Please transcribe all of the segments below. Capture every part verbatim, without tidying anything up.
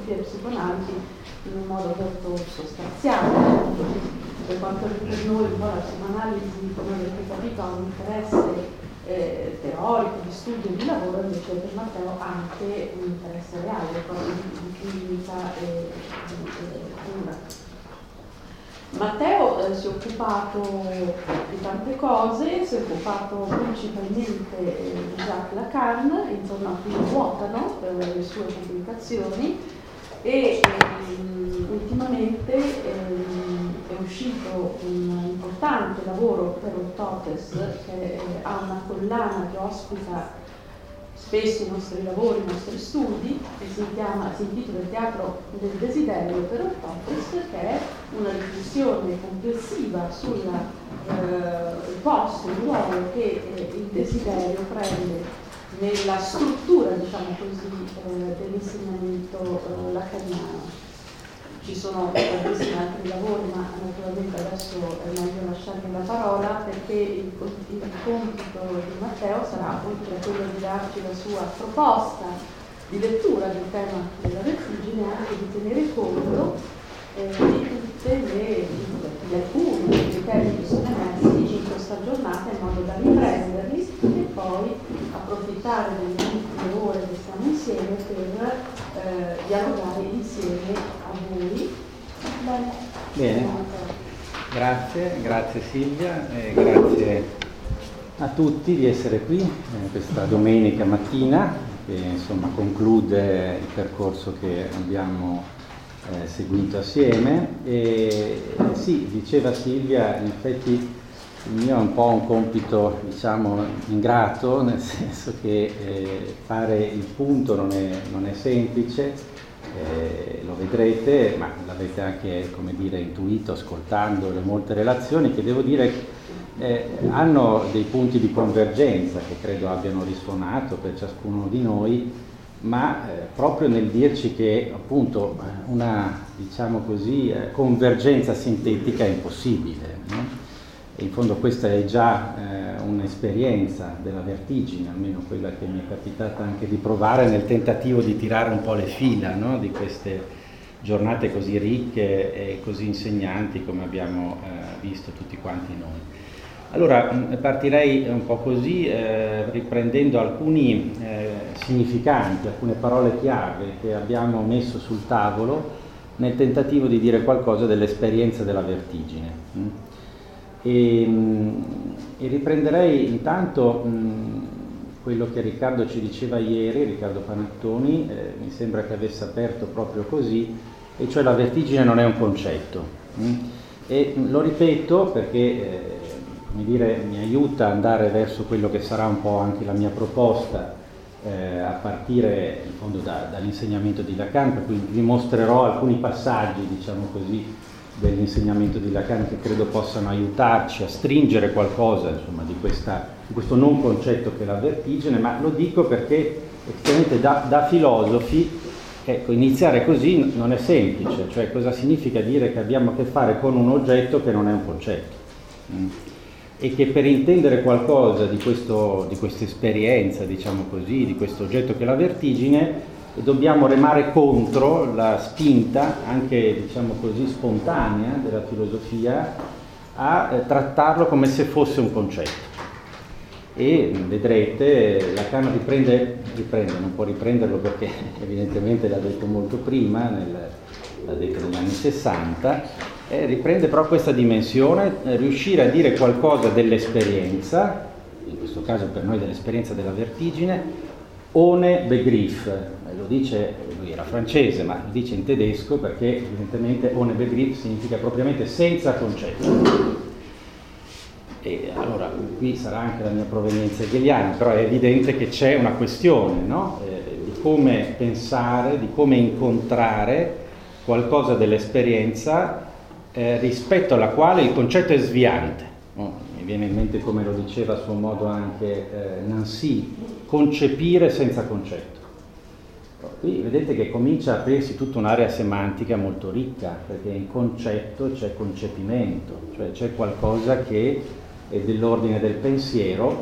filosofia e psicoanalisi in un modo molto sostanziale. Per quanto per noi un po' la psicoanalisi, come avete capito, ha un interesse eh, teorico, di studio, di lavoro, invece per Matteo anche un interesse reale, proprio di, di clinica e di cura. Matteo eh, si è occupato di tante cose, si è occupato principalmente eh, di Jacques Lacan, intorno a cui ruotano eh, le sue pubblicazioni, e ehm, ultimamente ehm, è uscito un importante lavoro per Ortotes che eh, ha una collana che ospita spesso i nostri lavori, i nostri studi, che si, chiama, si intitola Il teatro del desiderio per Ortotes, che è una riflessione complessiva sul eh, posto, il ruolo che eh, il desiderio prende nella struttura, diciamo così, eh, dell'insegnamento eh, lacaniano. Ci sono tantissimi altri lavori, ma naturalmente adesso è meglio lasciarmi la parola, perché il, il compito di Matteo sarà, oltre a quello di darci la sua proposta di lettura del tema della vertigine, anche di tenere conto eh, di tutte le, di alcuni dei temi che sono emersi in questa giornata, in modo da riprenderli e poi approfittare delle ultime ore che stiamo insieme per eh, dialogare insieme a voi. Bene, Bene. Grazie, grazie Silvia, e grazie a tutti di essere qui eh, questa domenica mattina, che insomma conclude il percorso che abbiamo eh, seguito assieme. E sì, diceva Silvia, in effetti il mio è un po' un compito, diciamo, ingrato, nel senso che eh, fare il punto non è, non è semplice. Eh, lo vedrete, ma l'avete anche, come dire, intuito ascoltando le molte relazioni che devo dire eh, hanno dei punti di convergenza che credo abbiano risuonato per ciascuno di noi, ma eh, proprio nel dirci che appunto una, diciamo così, eh, convergenza sintetica è impossibile, no? E in fondo questa è già eh, un'esperienza della vertigine, almeno quella che mi è capitata anche di provare nel tentativo di tirare un po' le fila, no? Di queste giornate così ricche e così insegnanti come abbiamo eh, visto tutti quanti noi. Allora partirei un po' così eh, riprendendo alcuni eh, significanti, alcune parole chiave che abbiamo messo sul tavolo nel tentativo di dire qualcosa dell'esperienza della vertigine. Mm? E, e riprenderei intanto mh, quello che Riccardo ci diceva ieri, Riccardo Panattoni, eh, mi sembra che avesse aperto proprio così, e cioè la vertigine non è un concetto. Mh? E mh, lo ripeto perché eh, come dire, mi aiuta ad andare verso quello che sarà un po' anche la mia proposta eh, a partire in fondo da, dall'insegnamento di Lacan, per cui vi mostrerò alcuni passaggi, diciamo così, dell'insegnamento di Lacan che credo possano aiutarci a stringere qualcosa, insomma, di, questa, di questo non concetto che è la vertigine, ma lo dico perché effettivamente da, da filosofi ecco, iniziare così non è semplice, cioè cosa significa dire che abbiamo a che fare con un oggetto che non è un concetto. Mm. E che per intendere qualcosa di, questo, di questa esperienza, diciamo così, di questo oggetto che è la vertigine, dobbiamo remare contro la spinta, anche diciamo così spontanea, della filosofia a eh, trattarlo come se fosse un concetto. E vedrete, Lacan riprende, riprende, non può riprenderlo perché evidentemente l'ha detto molto prima, nel, l'ha detto negli anni sessanta, eh, riprende però questa dimensione, eh, riuscire a dire qualcosa dell'esperienza, in questo caso per noi dell'esperienza della vertigine, ohne Begriff, lo dice, lui era francese, ma lo dice in tedesco perché evidentemente ohne Begriff significa propriamente senza concetto. E allora qui sarà anche la mia provenienza hegeliana, però è evidente che c'è una questione, no? eh, di come pensare, di come incontrare qualcosa dell'esperienza eh, rispetto alla quale il concetto è sviante. No? Mi viene in mente, come lo diceva a suo modo anche eh, Nancy, concepire senza concetto. Qui vedete che comincia a aprirsi tutta un'area semantica molto ricca, perché in concetto c'è concepimento, cioè c'è qualcosa che è dell'ordine del pensiero,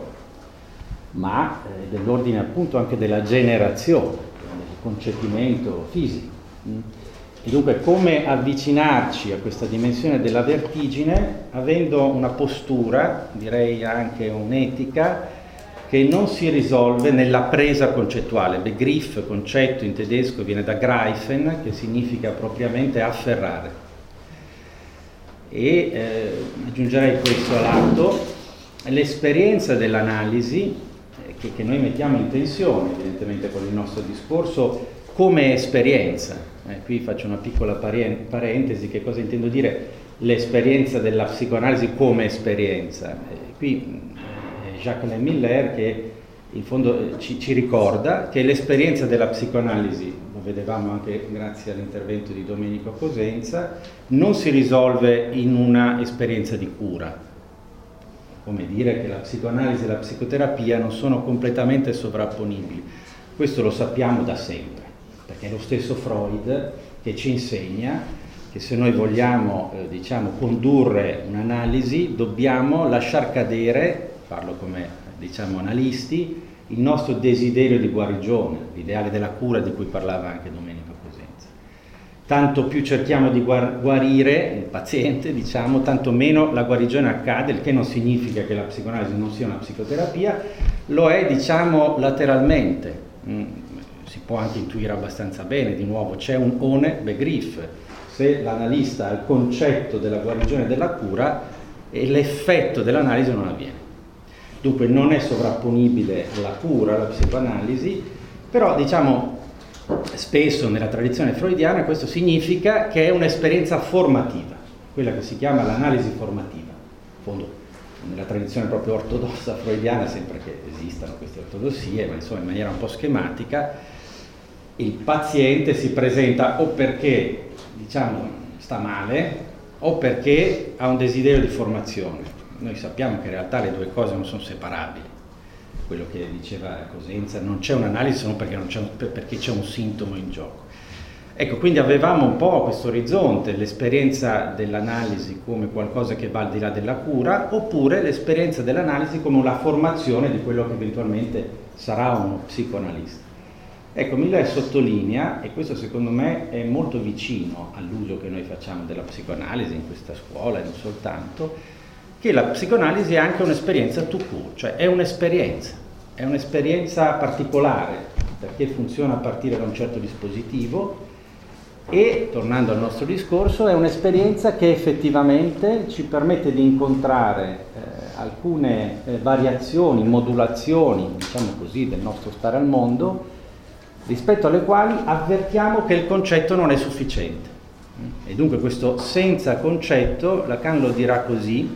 ma è dell'ordine appunto anche della generazione, del concepimento fisico. E dunque come avvicinarci a questa dimensione della vertigine avendo una postura, direi anche un'etica, che non si risolve nella presa concettuale. Begriff, concetto in tedesco, viene da greifen, che significa propriamente afferrare. E eh, aggiungerei questo all'atto, l'esperienza dell'analisi, eh, che, che noi mettiamo in tensione evidentemente con il nostro discorso, come esperienza. Eh, qui faccio una piccola parentesi, che cosa intendo dire l'esperienza della psicoanalisi come esperienza. Eh, qui eh, Jacques Miller che in fondo eh, ci, ci ricorda che l'esperienza della psicoanalisi, lo vedevamo anche grazie all'intervento di Domenico Cosenza, non si risolve in una esperienza di cura. Come dire che la psicoanalisi e la psicoterapia non sono completamente sovrapponibili. Questo lo sappiamo da sempre, perché è lo stesso Freud che ci insegna che se noi vogliamo eh, diciamo, condurre un'analisi dobbiamo lasciar cadere, parlo come diciamo analisti, il nostro desiderio di guarigione, l'ideale della cura di cui parlava anche Domenico Cosenza. Tanto più cerchiamo di guarire il paziente, diciamo, tanto meno la guarigione accade, il che non significa che la psicoanalisi non sia una psicoterapia, lo è diciamo lateralmente. Mm. Si può anche intuire abbastanza bene, di nuovo c'è un ohne Begriff, se l'analista ha il concetto della guarigione e della cura e l'effetto dell'analisi non avviene. Dunque non è sovrapponibile alla cura, alla psicoanalisi, però diciamo spesso nella tradizione freudiana questo significa che è un'esperienza formativa, quella che si chiama l'analisi formativa. In fondo nella tradizione proprio ortodossa freudiana, sempre che esistano queste ortodossie, ma insomma in maniera un po' schematica, il paziente si presenta o perché diciamo sta male o perché ha un desiderio di formazione. Noi sappiamo che in realtà le due cose non sono separabili. Quello che diceva Cosenza, non c'è un'analisi se non perché, non c'è un, perché c'è un sintomo in gioco. Ecco, quindi avevamo un po' questo orizzonte, l'esperienza dell'analisi come qualcosa che va al di là della cura, oppure l'esperienza dell'analisi come una formazione di quello che eventualmente sarà uno psicoanalista. Ecco, Miller sottolinea, e questo secondo me è molto vicino all'uso che noi facciamo della psicoanalisi in questa scuola e non soltanto, che la psicoanalisi è anche un'esperienza tout court, cioè è un'esperienza, è un'esperienza particolare, perché funziona a partire da un certo dispositivo e, tornando al nostro discorso, è un'esperienza che effettivamente ci permette di incontrare eh, alcune eh, variazioni, modulazioni, diciamo così, del nostro stare al mondo, rispetto alle quali avvertiamo che il concetto non è sufficiente. E dunque questo senza concetto, Lacan lo dirà così,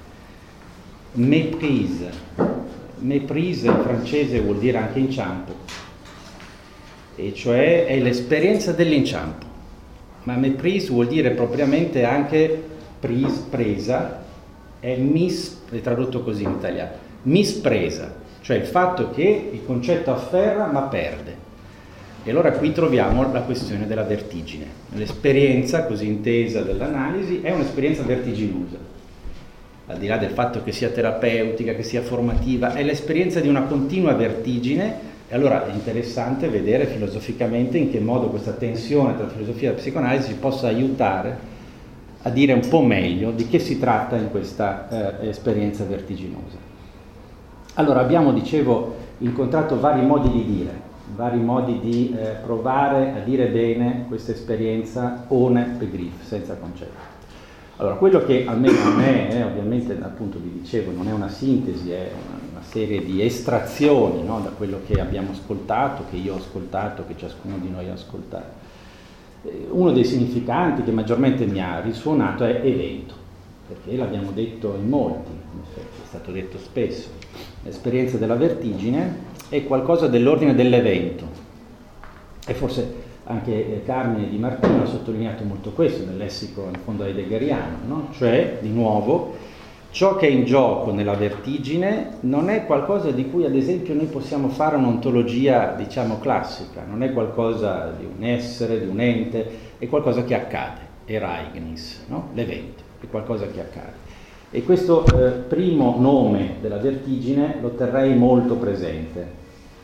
méprise. Méprise in francese vuol dire anche inciampo, e cioè è l'esperienza dell'inciampo. Ma méprise vuol dire propriamente anche prise, presa, è mis, è tradotto così in italiano, mispresa, cioè il fatto che il concetto afferra ma perde. E allora qui troviamo la questione della vertigine. L'esperienza così intesa dell'analisi è un'esperienza vertiginosa, al di là del fatto che sia terapeutica, che sia formativa, è l'esperienza di una continua vertigine. E allora è interessante vedere filosoficamente in che modo questa tensione tra filosofia e psicoanalisi ci possa aiutare a dire un po' meglio di che si tratta in questa eh, esperienza vertiginosa. Allora abbiamo, dicevo, incontrato vari modi di dire, vari modi di eh, provare a dire bene questa esperienza ohne Begriff, senza concetto. Allora, quello che almeno a me, eh, ovviamente appunto vi dicevo, non è una sintesi, è una, una serie di estrazioni, no, da quello che abbiamo ascoltato, che io ho ascoltato, che ciascuno di noi ha ascoltato. Eh, uno dei significanti che maggiormente mi ha risuonato è evento, perché l'abbiamo detto in molti, in effetti è stato detto spesso. L'esperienza della vertigine è qualcosa dell'ordine dell'evento, e forse anche Carmine Di Martino ha sottolineato molto questo nel lessico in fondo heideggeriano, no? Cioè, di nuovo, ciò che è in gioco nella vertigine non è qualcosa di cui ad esempio noi possiamo fare un'ontologia diciamo classica, non è qualcosa di un essere, di un ente, è qualcosa che accade, Ereignis, no? L'evento, è qualcosa che accade. E questo eh, primo nome della vertigine lo terrei molto presente.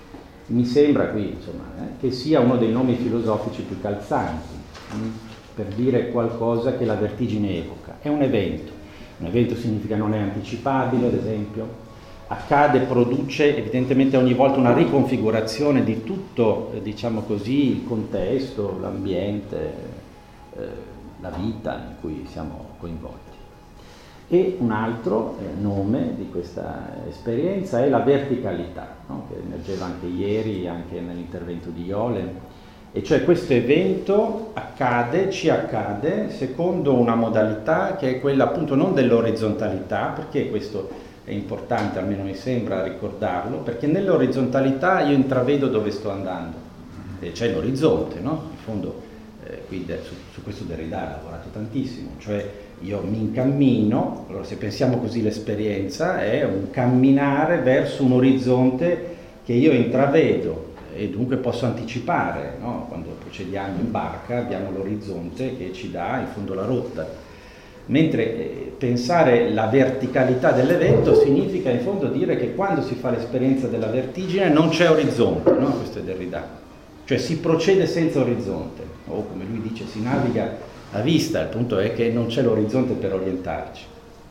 mi sembra qui insomma, eh, che sia uno dei nomi filosofici più calzanti mh, per dire qualcosa che la vertigine evoca. È un evento, un evento significa non è anticipabile, ad esempio, accade, produce evidentemente ogni volta una riconfigurazione di tutto, eh, diciamo così, il contesto, l'ambiente, eh, la vita in cui siamo coinvolti. E un altro eh, nome di questa esperienza è la verticalità, no? Che emergeva anche ieri, anche nell'intervento di Iole, e cioè questo evento accade, ci accade secondo una modalità che è quella appunto non dell'orizzontalità, perché questo è importante, almeno mi sembra ricordarlo, perché nell'orizzontalità io intravedo dove sto andando, e c'è l'orizzonte, no? In fondo eh, qui de, su, su questo Derrida ha lavorato tantissimo, cioè io mi incammino, allora se pensiamo così l'esperienza è un camminare verso un orizzonte che io intravedo e dunque posso anticipare, no? Quando procediamo in barca abbiamo l'orizzonte che ci dà in fondo la rotta, mentre eh, pensare la verticalità dell'evento significa in fondo dire che quando si fa l'esperienza della vertigine non c'è orizzonte, no? Questo è Derrida, cioè si procede senza orizzonte, o come lui dice si naviga a vista, il punto è che non c'è l'orizzonte per orientarci.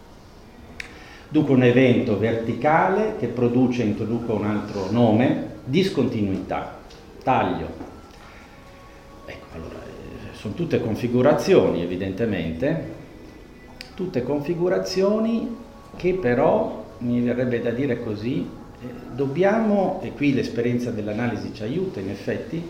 Dunque un evento verticale che produce, introduco un altro nome, discontinuità, taglio. Ecco, allora, eh, sono tutte configurazioni evidentemente, tutte configurazioni che però, mi verrebbe da dire così, eh, dobbiamo, e qui l'esperienza dell'analisi ci aiuta in effetti,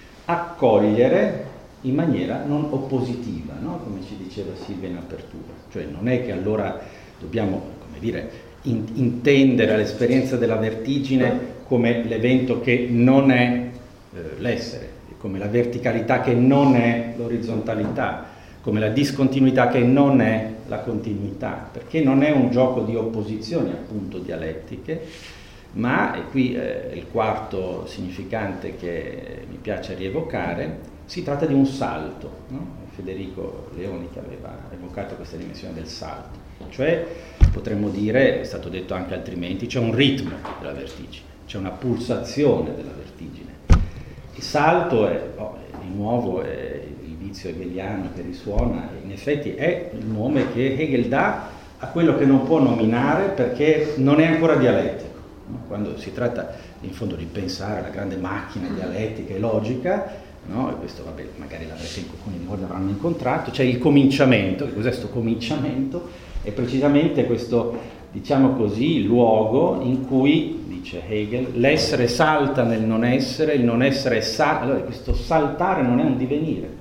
accogliere in maniera non oppositiva, no? Come ci diceva Silvia in apertura, cioè non è che allora dobbiamo, come dire, in, intendere l'esperienza della vertigine come l'evento che non è eh, l'essere, come la verticalità che non è l'orizzontalità, come la discontinuità che non è la continuità, perché non è un gioco di opposizioni appunto dialettiche, ma, e qui è il quarto significante che mi piace rievocare, si tratta di un salto, no? Federico Leoni che aveva evocato questa dimensione del salto, cioè potremmo dire, è stato detto anche altrimenti, c'è un ritmo della vertigine, c'è una pulsazione della vertigine. Il salto è, oh, di nuovo, è il vizio hegeliano che risuona, in effetti è il nome che Hegel dà a quello che non può nominare perché non è ancora dialettico, no? Quando si tratta in fondo di pensare alla grande macchina dialettica e logica, no? E questo vabbè, magari l'avrete, alcuni di voi l'avranno incontrato, c'è il cominciamento. Che cos'è questo cominciamento? È precisamente questo, diciamo così, luogo in cui, dice Hegel, l'essere salta nel non essere, il non essere sa... Allora questo saltare non è un divenire,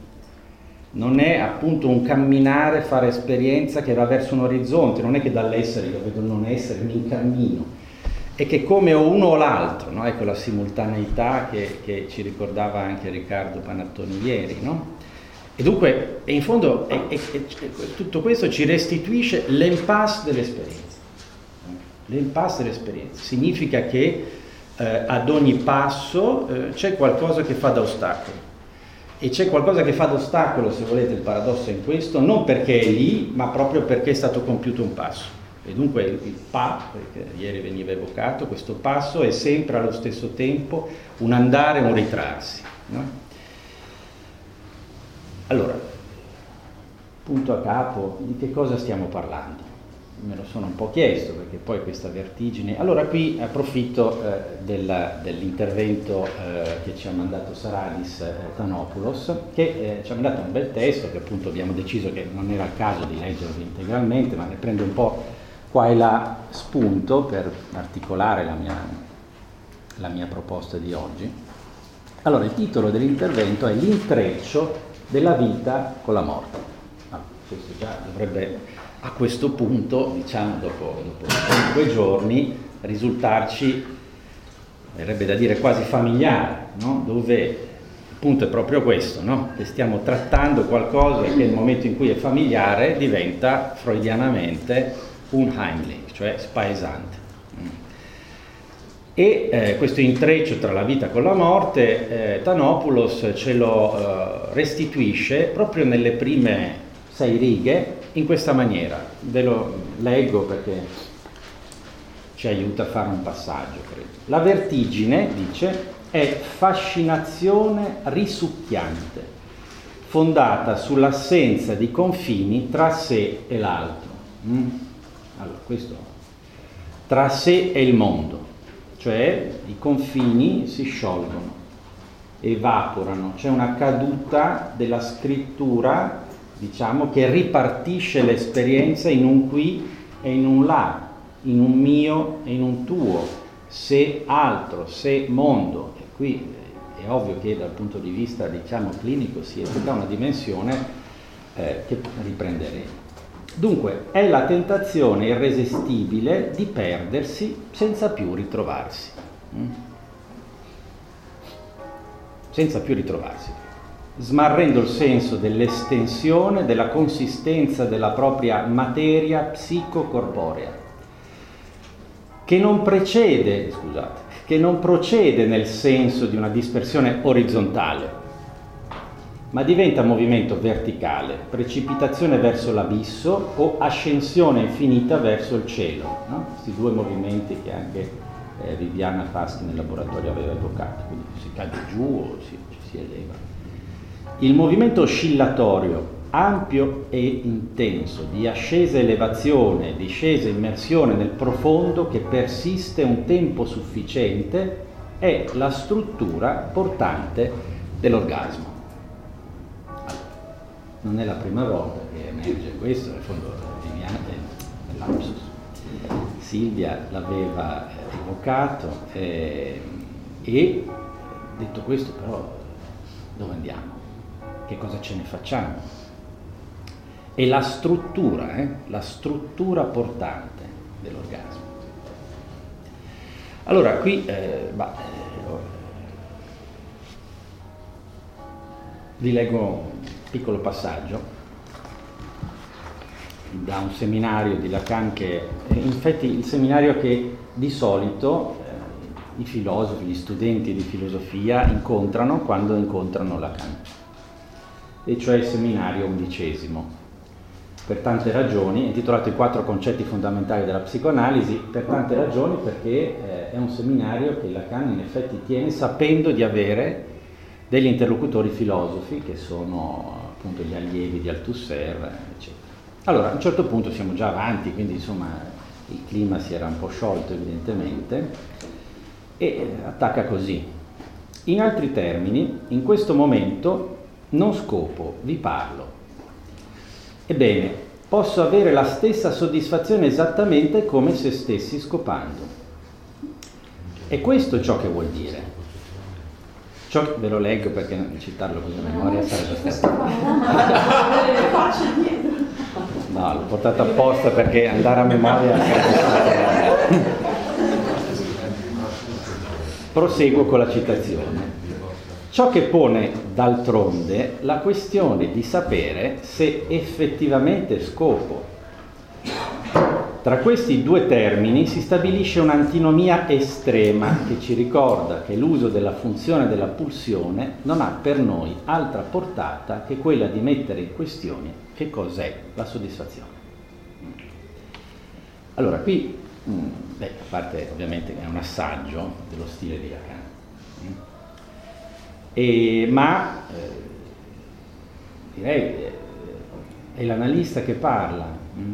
non è appunto un camminare, fare esperienza che va verso un orizzonte, non è che dall'essere io vedo il non essere, mi incammino, è che come o uno o l'altro, no? Ecco la simultaneità che, che ci ricordava anche Riccardo Panattoni ieri, no? E dunque, e in fondo, è, è, è, tutto questo ci restituisce l'impasse dell'esperienza. L'impasse dell'esperienza significa che eh, ad ogni passo eh, c'è qualcosa che fa da ostacolo. E c'è qualcosa che fa da ostacolo, se volete, il paradosso è in questo, non perché è lì, ma proprio perché è stato compiuto un passo. E dunque il, il pa, perché ieri veniva evocato, questo passo è sempre allo stesso tempo un andare e un ritrarsi, no? Allora, punto a capo, di che cosa stiamo parlando? Me lo sono un po' chiesto, perché poi questa vertigine... Allora qui approfitto eh, della, dell'intervento eh, che ci ha mandato Saradis eh, Thanopoulos, che eh, ci ha mandato un bel testo, che appunto abbiamo deciso che non era il caso di leggerlo integralmente, ma ne prendo un po' qua e là spunto per articolare la mia, la mia proposta di oggi. Allora, il titolo dell'intervento è L'intreccio della vita con la morte. Ah, questo già dovrebbe a questo punto, diciamo dopo, dopo due giorni, risultarci, verrebbe da dire quasi familiare, no? Dove il punto è proprio questo, no? Che stiamo trattando qualcosa che nel momento in cui è familiare diventa freudianamente unheimlich, cioè spaesante. E eh, questo intreccio tra la vita con la morte, eh, Thanopoulos ce lo eh, restituisce proprio nelle prime sei righe in questa maniera. Ve lo leggo perché ci aiuta a fare un passaggio, credo. La vertigine, dice, è fascinazione risucchiante, fondata sull'assenza di confini tra sé e l'altro. Mm? Allora, questo tra sé e il mondo, cioè i confini si sciolgono, evaporano, c'è una caduta della scrittura, diciamo, che ripartisce l'esperienza in un qui e in un là, in un mio e in un tuo, se altro, se mondo. E qui è ovvio che dal punto di vista, diciamo, clinico si evoca una dimensione eh, che riprenderemo. Dunque, è la tentazione irresistibile di perdersi senza più ritrovarsi. Mm? Senza più ritrovarsi. Smarrendo il senso dell'estensione, della consistenza della propria materia psicocorporea, che non precede, scusate, che non procede nel senso di una dispersione orizzontale, ma diventa movimento verticale, precipitazione verso l'abisso o ascensione infinita verso il cielo, no? Questi due movimenti che anche eh, Viviana Faschi nel laboratorio aveva evocato, quindi si cade giù o si, ci si eleva. Il movimento oscillatorio, ampio e intenso, di ascesa elevazione, discesa immersione nel profondo che persiste un tempo sufficiente, è la struttura portante dell'orgasmo. Non è la prima volta che emerge questo, nel fondo Viviana è lapsus. Silvia l'aveva evocato eh, e detto questo però dove andiamo? Che cosa ce ne facciamo? È la struttura, eh? la struttura portante dell'orgasmo. Allora qui eh, bah, eh, vi leggo un piccolo passaggio da un seminario di Lacan che, infatti, il seminario che di solito eh, i filosofi, gli studenti di filosofia incontrano quando incontrano Lacan, e cioè il seminario undicesimo. Per tante ragioni, intitolato I quattro concetti fondamentali della psicoanalisi, per tante ragioni, perché eh, è un seminario che Lacan in effetti tiene sapendo di avere degli interlocutori filosofi che sono appunto gli allievi di Althusser, eccetera. Allora, a un certo punto siamo già avanti, quindi insomma il clima si era un po' sciolto evidentemente, e attacca così. In altri termini, in questo momento non scopo, vi parlo. Ebbene, posso avere la stessa soddisfazione esattamente come se stessi scopando. E questo è ciò che vuol dire. Ciò, ve lo leggo perché citarlo così a memoria sarebbe stato... No, l'ho portato apposta perché andare a memoria sarebbe stato... Proseguo con la citazione. Ciò che pone d'altronde la questione di sapere se effettivamente scopo. Tra questi due termini si stabilisce un'antinomia estrema che ci ricorda che l'uso della funzione della pulsione non ha per noi altra portata che quella di mettere in questione che cos'è la soddisfazione. Allora, qui, beh, a parte ovviamente è un assaggio dello stile di Lacan, E, ma eh, direi eh, è l'analista che parla mh,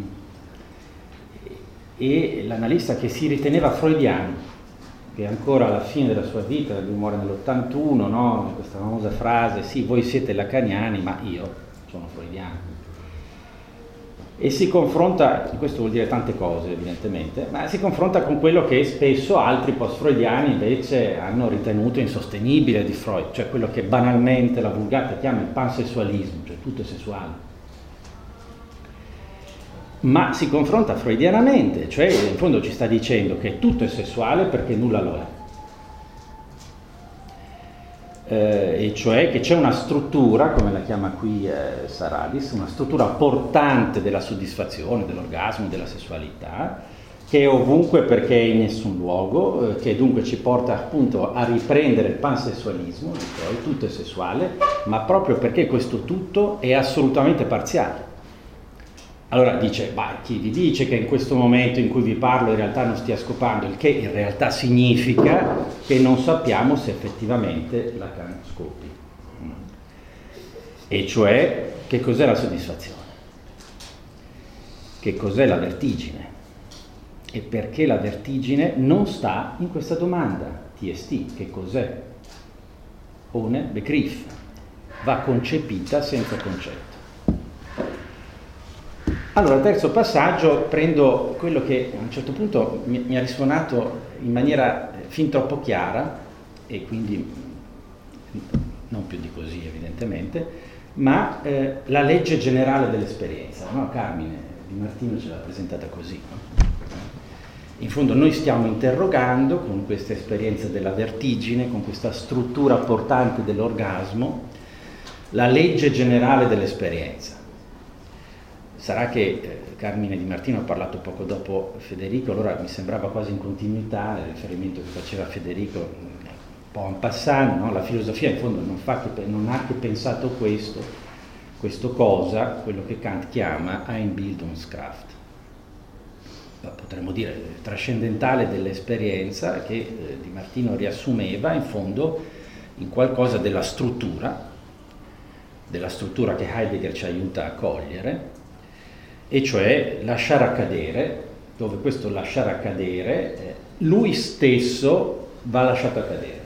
e l'analista che si riteneva freudiano, che ancora alla fine della sua vita, lui muore nell'ottantuno, no? Questa famosa frase, sì, voi siete lacaniani, ma io sono freudiano. E si confronta, questo vuol dire tante cose evidentemente, ma si confronta con quello che spesso altri post-freudiani invece hanno ritenuto insostenibile di Freud, cioè quello che banalmente la vulgata chiama il pansessualismo, cioè tutto è sessuale. Ma si confronta freudianamente, cioè in fondo ci sta dicendo che tutto è sessuale perché nulla lo è. Eh, e cioè che c'è una struttura, come la chiama qui eh, Saradis, una struttura portante della soddisfazione, dell'orgasmo, della sessualità, che è ovunque perché è in nessun luogo, eh, che dunque ci porta appunto a riprendere il pansessualismo, cioè tutto è sessuale, ma proprio perché questo tutto è assolutamente parziale. Allora dice, ma chi vi dice che in questo momento in cui vi parlo in realtà non stia scopando, il che in realtà significa che non sappiamo se effettivamente Lacan scopi. E cioè, che cos'è la soddisfazione? Che cos'è la vertigine? E perché la vertigine non sta in questa domanda, T S T, che cos'è? Ohne Begriff, va concepita senza concetto. Allora, terzo passaggio, prendo quello che a un certo punto mi, mi ha risuonato in maniera fin troppo chiara, e quindi non più di così evidentemente, ma eh, la legge generale dell'esperienza, no? Carmine Di Martino ce l'ha presentata così, no? In fondo noi stiamo interrogando con questa esperienza della vertigine, con questa struttura portante dell'orgasmo, la legge generale dell'esperienza. Sarà che eh, Carmine Di Martino ha parlato poco dopo Federico, allora mi sembrava quasi in continuità il riferimento che faceva Federico, un po' en passant, no? La filosofia in fondo non, fa che, non ha che pensato questo, questo cosa, quello che Kant chiama Einbildungskraft. Potremmo dire trascendentale dell'esperienza, che eh, Di Martino riassumeva in fondo in qualcosa della struttura, della struttura che Heidegger ci aiuta a cogliere, e cioè lasciare accadere, dove questo lasciare accadere eh, lui stesso va lasciato accadere,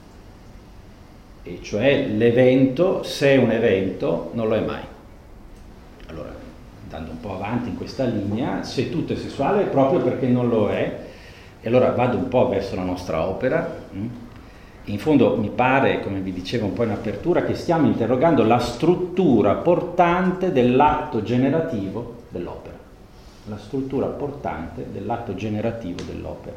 e cioè l'evento, se è un evento, non lo è mai. Allora, andando un po' avanti in questa linea, se tutto è sessuale è proprio perché non lo è, e allora vado un po' verso la nostra opera. In fondo mi pare, come vi dicevo un po' in apertura, che stiamo interrogando la struttura portante dell'atto generativo dell'opera. La struttura portante dell'atto generativo dell'opera.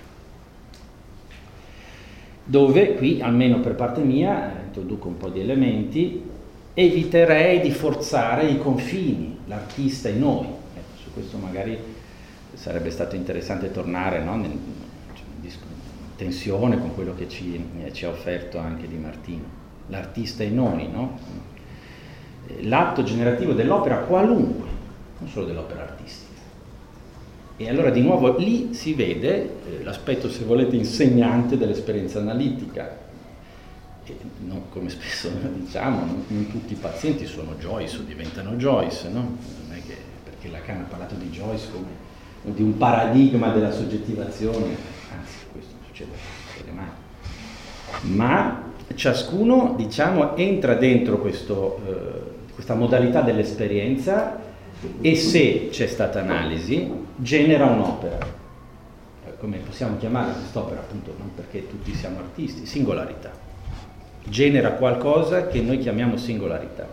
Dove qui, almeno per parte mia, introduco un po' di elementi, eviterei di forzare i confini, l'artista e noi. Ecco, su questo magari sarebbe stato interessante tornare, no? Nel, in tensione con quello che ci, ci ha offerto anche Di Martino. L'artista e noi, no? L'atto generativo dell'opera qualunque, non solo dell'opera artistica. E allora di nuovo lì si vede eh, l'aspetto, se volete, insegnante dell'esperienza analitica. E non, come spesso diciamo, non, non tutti i pazienti sono Joyce o diventano Joyce, no? Non è che perché Lacan ha parlato di Joyce come di un paradigma della soggettivazione, anzi questo non succede mai. Ma ciascuno, diciamo, entra dentro questo, eh, questa modalità dell'esperienza, e se c'è stata analisi genera un'opera, come possiamo chiamare quest'opera, appunto, non perché tutti siamo artisti, singolarità, genera qualcosa che noi chiamiamo singolarità,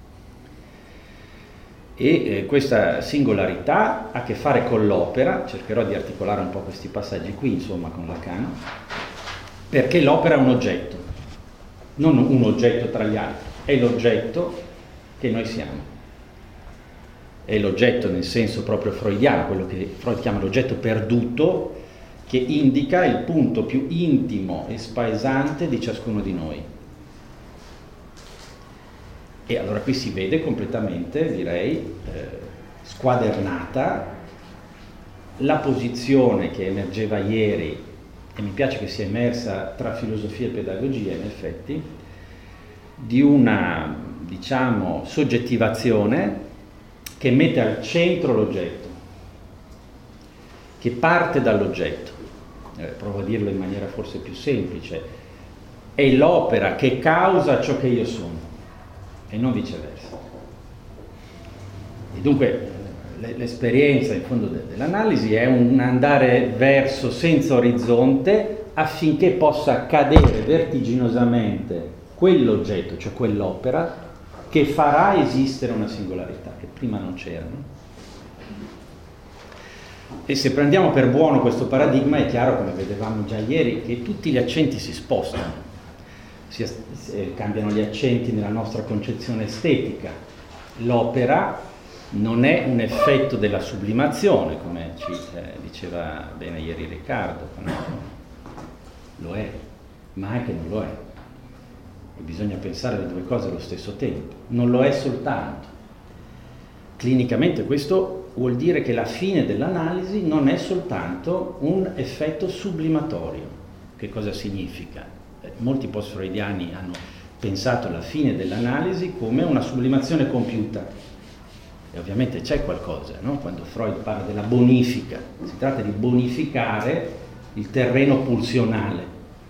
e eh, questa singolarità ha a che fare con l'opera. Cercherò di articolare un po' questi passaggi qui, insomma, con Lacan, perché l'opera è un oggetto, non un oggetto tra gli altri, è l'oggetto che noi siamo. È l'oggetto nel senso proprio freudiano, quello che Freud chiama l'oggetto perduto, che indica il punto più intimo e spaesante di ciascuno di noi. E allora qui si vede completamente, direi, eh, squadernata la posizione che emergeva ieri, e mi piace che sia emersa tra filosofia e pedagogia, in effetti, di una, diciamo, soggettivazione che mette al centro l'oggetto, che parte dall'oggetto, eh, provo a dirlo in maniera forse più semplice, è l'opera che causa ciò che io sono, e non viceversa. E dunque l'esperienza, in fondo, dell'analisi è un andare verso senza orizzonte affinché possa cadere vertiginosamente quell'oggetto, cioè quell'opera, che farà esistere una singolarità che prima non c'era, no? E se prendiamo per buono questo paradigma, è chiaro, come vedevamo già ieri, che tutti gli accenti si spostano, si, si cambiano gli accenti nella nostra concezione estetica. L'opera non è un effetto della sublimazione, come ci eh, diceva bene ieri Riccardo, no? Lo è, ma anche non lo è. E bisogna pensare alle due cose allo stesso tempo. Non lo è soltanto, clinicamente questo vuol dire che la fine dell'analisi non è soltanto un effetto sublimatorio. Che cosa significa? Eh, molti post-freudiani hanno pensato alla fine dell'analisi come una sublimazione compiuta. E ovviamente c'è qualcosa, no? Quando Freud parla della bonifica, si tratta di bonificare il terreno pulsionale.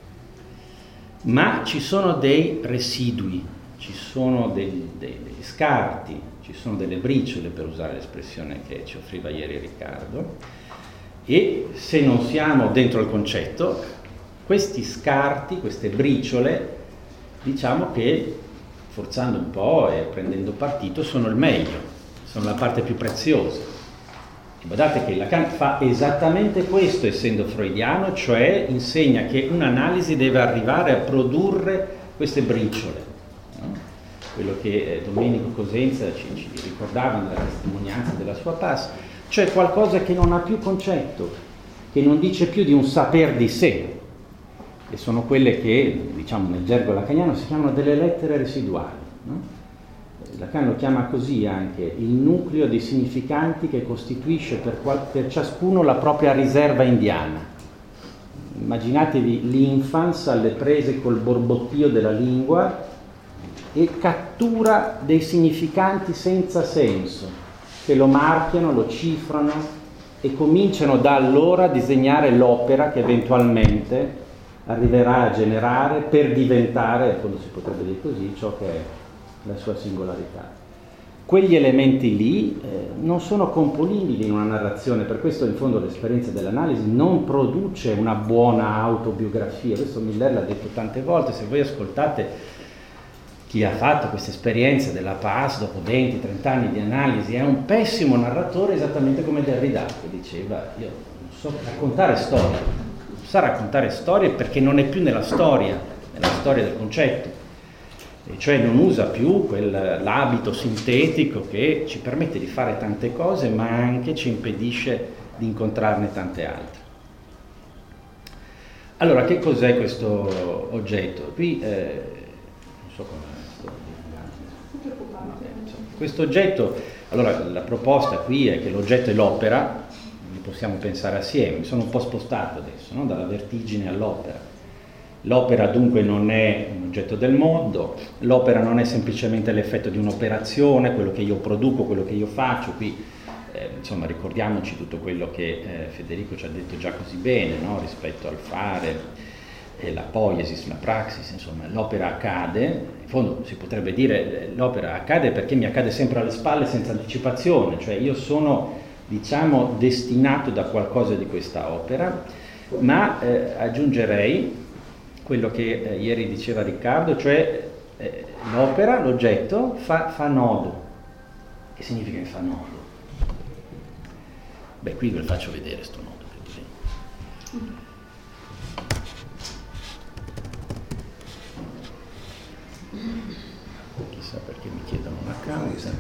Ma ci sono dei residui, ci sono dei, dei, degli scarti, ci sono delle briciole, per usare l'espressione che ci offriva ieri Riccardo, e se non siamo dentro il concetto, questi scarti, queste briciole, diciamo che, forzando un po' e prendendo partito, sono il meglio, sono la parte più preziosa. E guardate che Lacan fa esattamente questo, essendo freudiano, cioè insegna che un'analisi deve arrivare a produrre queste briciole, no? Quello che Domenico Cosenza ci, ci ricordava nella testimonianza della sua pass, cioè qualcosa che non ha più concetto, che non dice più di un saper di sé, e sono quelle che, diciamo, nel gergo lacaniano si chiamano delle lettere residuali, no? Lacan lo chiama così anche, il nucleo dei significanti che costituisce per, qual- per ciascuno la propria riserva indiana. Immaginatevi l'infans alle prese col borbottio della lingua e cattura dei significanti senza senso, che lo marchiano, lo cifrano e cominciano da allora a disegnare l'opera che eventualmente arriverà a generare per diventare, in fondo si potrebbe dire così, ciò che è la sua singolarità. Quegli elementi lì eh, non sono componibili in una narrazione, per questo in fondo l'esperienza dell'analisi non produce una buona autobiografia. Questo Miller l'ha detto tante volte. Se voi ascoltate chi ha fatto questa esperienza della P A S dopo venti trenta anni di analisi, è un pessimo narratore, esattamente come Derrida, che diceva: io non so raccontare storie, non sa raccontare storie perché non è più nella storia, nella storia del concetto. E cioè non usa più quel, l'abito sintetico che ci permette di fare tante cose, ma anche ci impedisce di incontrarne tante altre. Allora, che cos'è questo oggetto? Qui, eh, non so come sto dicendo. Questo oggetto, allora la proposta qui è che l'oggetto e l'opera, li possiamo pensare assieme, mi sono un po' spostato adesso, no? Dalla vertigine all'opera. L'opera dunque non è un oggetto del mondo, l'opera non è semplicemente l'effetto di un'operazione, quello che io produco, quello che io faccio. Qui eh, insomma ricordiamoci tutto quello che eh, Federico ci ha detto già così bene, no? Rispetto al fare, eh, la poiesis, la praxis, insomma l'opera accade, in fondo si potrebbe dire eh, l'opera accade perché mi accade sempre alle spalle senza anticipazione, cioè io sono, diciamo, destinato da qualcosa di questa opera, ma eh, aggiungerei quello che eh, ieri diceva Riccardo, cioè eh, l'opera, l'oggetto, fa, fa nodo. Che significa che fa nodo? Beh, qui ve lo faccio vedere sto nodo. Così. Chissà perché mi chiedono una causa.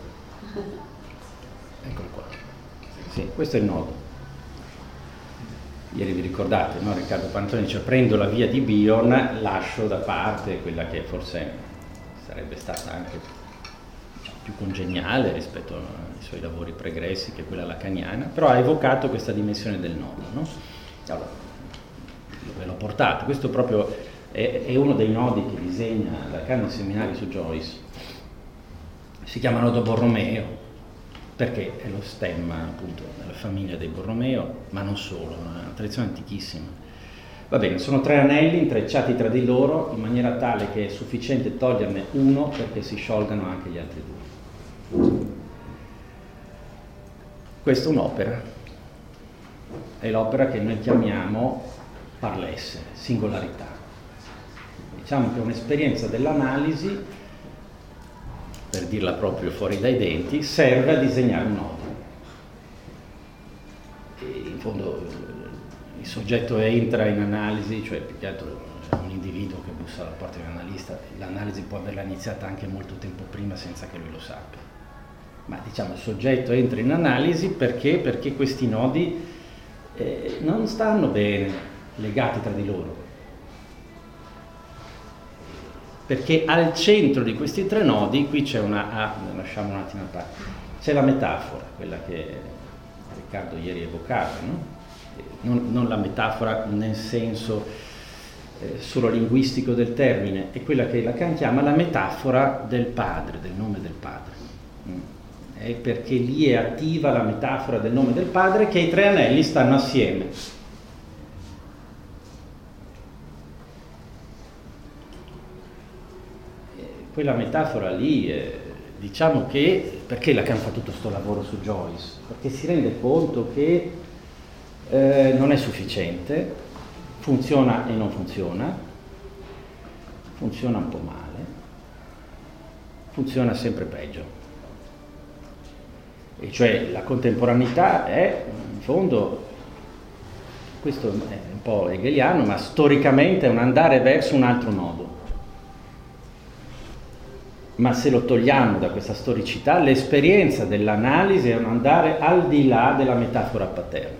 Eccolo qua. Sì, questo è il nodo. Ieri vi ricordate, no? Riccardo Pantoni dice: prendo la via di Bion, lascio da parte quella che forse sarebbe stata anche, diciamo, più congeniale rispetto ai suoi lavori pregressi, che quella lacaniana, però ha evocato questa dimensione del nodo, no? Allora, ve l'ho portato, questo proprio è, è uno dei nodi che disegna Lacan nei seminari su Joyce. Si chiama nodo Borromeo, perché è lo stemma appunto della famiglia dei Borromeo, ma non solo, è una tradizione antichissima. Va bene, sono tre anelli intrecciati tra di loro in maniera tale che è sufficiente toglierne uno perché si sciolgano anche gli altri due. Questa è un'opera, è l'opera che noi chiamiamo parlesse, singolarità. Diciamo che è un'esperienza dell'analisi, per dirla proprio fuori dai denti, serve a disegnare un nodo. E in fondo il soggetto entra in analisi, cioè più che altro è un individuo che bussa alla porta di un analista, l'analisi può averla iniziata anche molto tempo prima senza che lui lo sappia. Ma diciamo il soggetto entra in analisi perché? Perché questi nodi eh, non stanno bene legati tra di loro. Perché al centro di questi tre nodi, qui c'è una, ah, lasciamo un attimo a parte, c'è la metafora, quella che Riccardo ieri evocava, no? non, non la metafora nel senso eh, solo linguistico del termine, è quella che Lacan chiama la metafora del padre, del nome del padre. Mm. È perché lì è attiva la metafora del nome del padre che i tre anelli stanno assieme. E quella metafora lì, eh, diciamo che, perché Lacan fa tutto questo lavoro su Joyce? Perché si rende conto che eh, non è sufficiente, funziona e non funziona, funziona un po' male, funziona sempre peggio. E cioè la contemporaneità è, in fondo, questo è un po' hegeliano, ma storicamente è un andare verso un altro modo. Ma se lo togliamo da questa storicità, l'esperienza dell'analisi è un andare al di là della metafora paterna.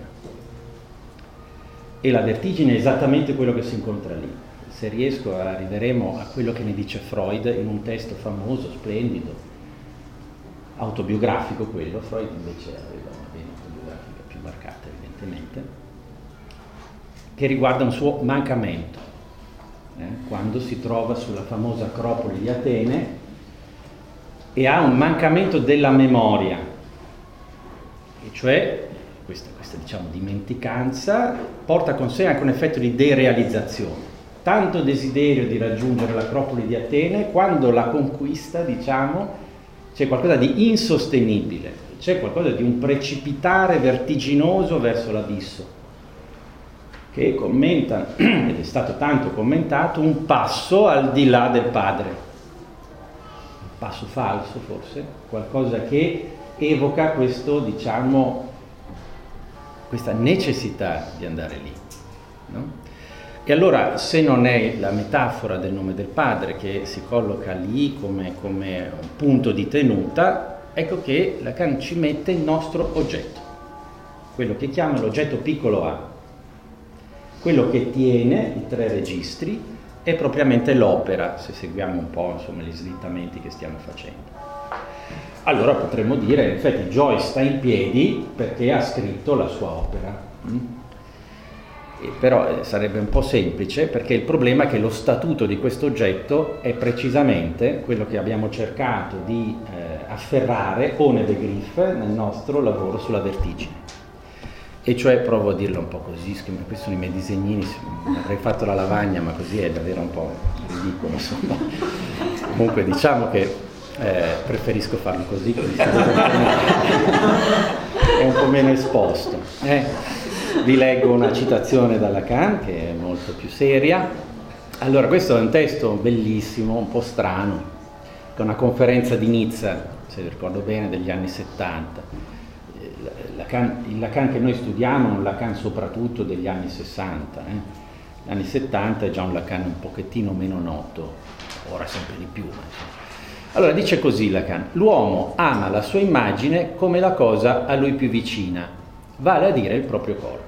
E la vertigine è esattamente quello che si incontra lì. Se riesco arriveremo a quello che ne dice Freud in un testo famoso, splendido, autobiografico quello. Freud invece aveva una vena autobiografica più marcata evidentemente, che riguarda un suo mancamento, eh, quando si trova sulla famosa Acropoli di Atene e ha un mancamento della memoria, e cioè questa, questa diciamo dimenticanza porta con sé anche un effetto di derealizzazione, tanto desiderio di raggiungere l'Acropoli di Atene, quando la conquista, diciamo, c'è qualcosa di insostenibile, c'è qualcosa di un precipitare vertiginoso verso l'abisso, che commenta, ed è stato tanto commentato, un passo al di là del padre, un passo falso forse, qualcosa che evoca questo, diciamo, questa necessità di andare lì, no? E allora, se non è la metafora del nome del padre che si colloca lì come, come un punto di tenuta, ecco che Lacan ci mette il nostro oggetto, quello che chiama l'oggetto piccolo a. Quello che tiene i tre registri è propriamente l'opera, se seguiamo un po', insomma, gli slittamenti che stiamo facendo. Allora potremmo dire, in effetti, Joyce sta in piedi perché ha scritto la sua opera. Mm? E però eh, sarebbe un po' semplice, perché il problema è che lo statuto di questo oggetto è precisamente quello che abbiamo cercato di eh, afferrare, ohne Begriff, nel nostro lavoro sulla vertigine. E cioè, provo a dirlo un po' così, questi sono i miei disegnini, avrei fatto la lavagna, ma così è davvero un po' ridicolo, insomma. Comunque diciamo che eh, preferisco farlo così, così è un po' meno esposto. Eh. Vi leggo una citazione da Lacan, che è molto più seria. Allora, questo è un testo bellissimo, un po' strano, che è una conferenza di Nizza, se ricordo bene, degli anni settanta. Lacan, il Lacan che noi studiamo è un Lacan soprattutto degli anni sessanta. Eh? Gli anni settanta è già un Lacan un pochettino meno noto, ora sempre di più. Ma allora, dice così Lacan: l'uomo ama la sua immagine come la cosa a lui più vicina, vale a dire il proprio corpo.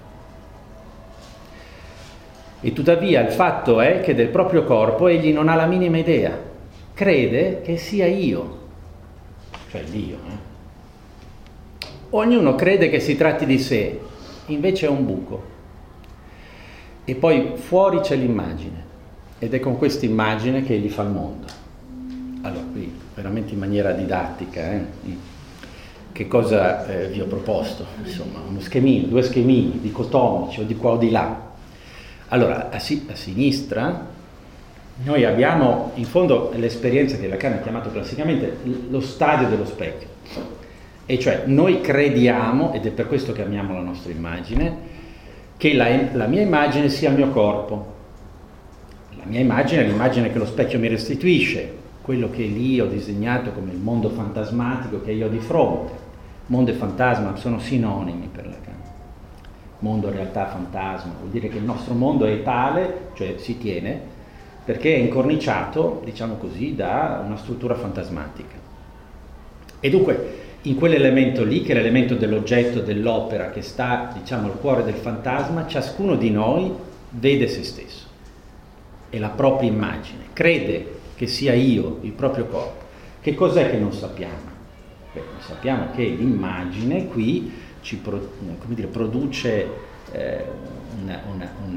E tuttavia il fatto è che del proprio corpo egli non ha la minima idea, crede che sia io, cioè Dio. Eh? Ognuno crede che si tratti di sé, invece è un buco. E poi fuori c'è l'immagine, ed è con questa immagine che egli fa il mondo. Allora, qui veramente in maniera didattica, eh? Che cosa eh, vi ho proposto? Insomma, uno schemino, due schemini dicotomici o di qua o di là. Allora, a, si- a sinistra noi abbiamo in fondo l'esperienza che Lacan ha chiamato classicamente lo stadio dello specchio. E cioè noi crediamo, ed è per questo che amiamo la nostra immagine, che la, la mia immagine sia il mio corpo. La mia immagine è l'immagine che lo specchio mi restituisce, quello che lì ho disegnato come il mondo fantasmatico che io ho di fronte. Mondo e fantasma sono sinonimi per Lacan. Mondo, realtà, fantasma, vuol dire che il nostro mondo è tale, cioè si tiene, perché è incorniciato, diciamo così, da una struttura fantasmatica. E dunque, in quell'elemento lì, che è l'elemento dell'oggetto, dell'opera, che sta, diciamo, al cuore del fantasma, ciascuno di noi vede se stesso e la propria immagine, crede che sia io, il proprio corpo. Che cos'è che non sappiamo? Beh, sappiamo che l'immagine qui ci pro, come dire, produce eh, una, una, una,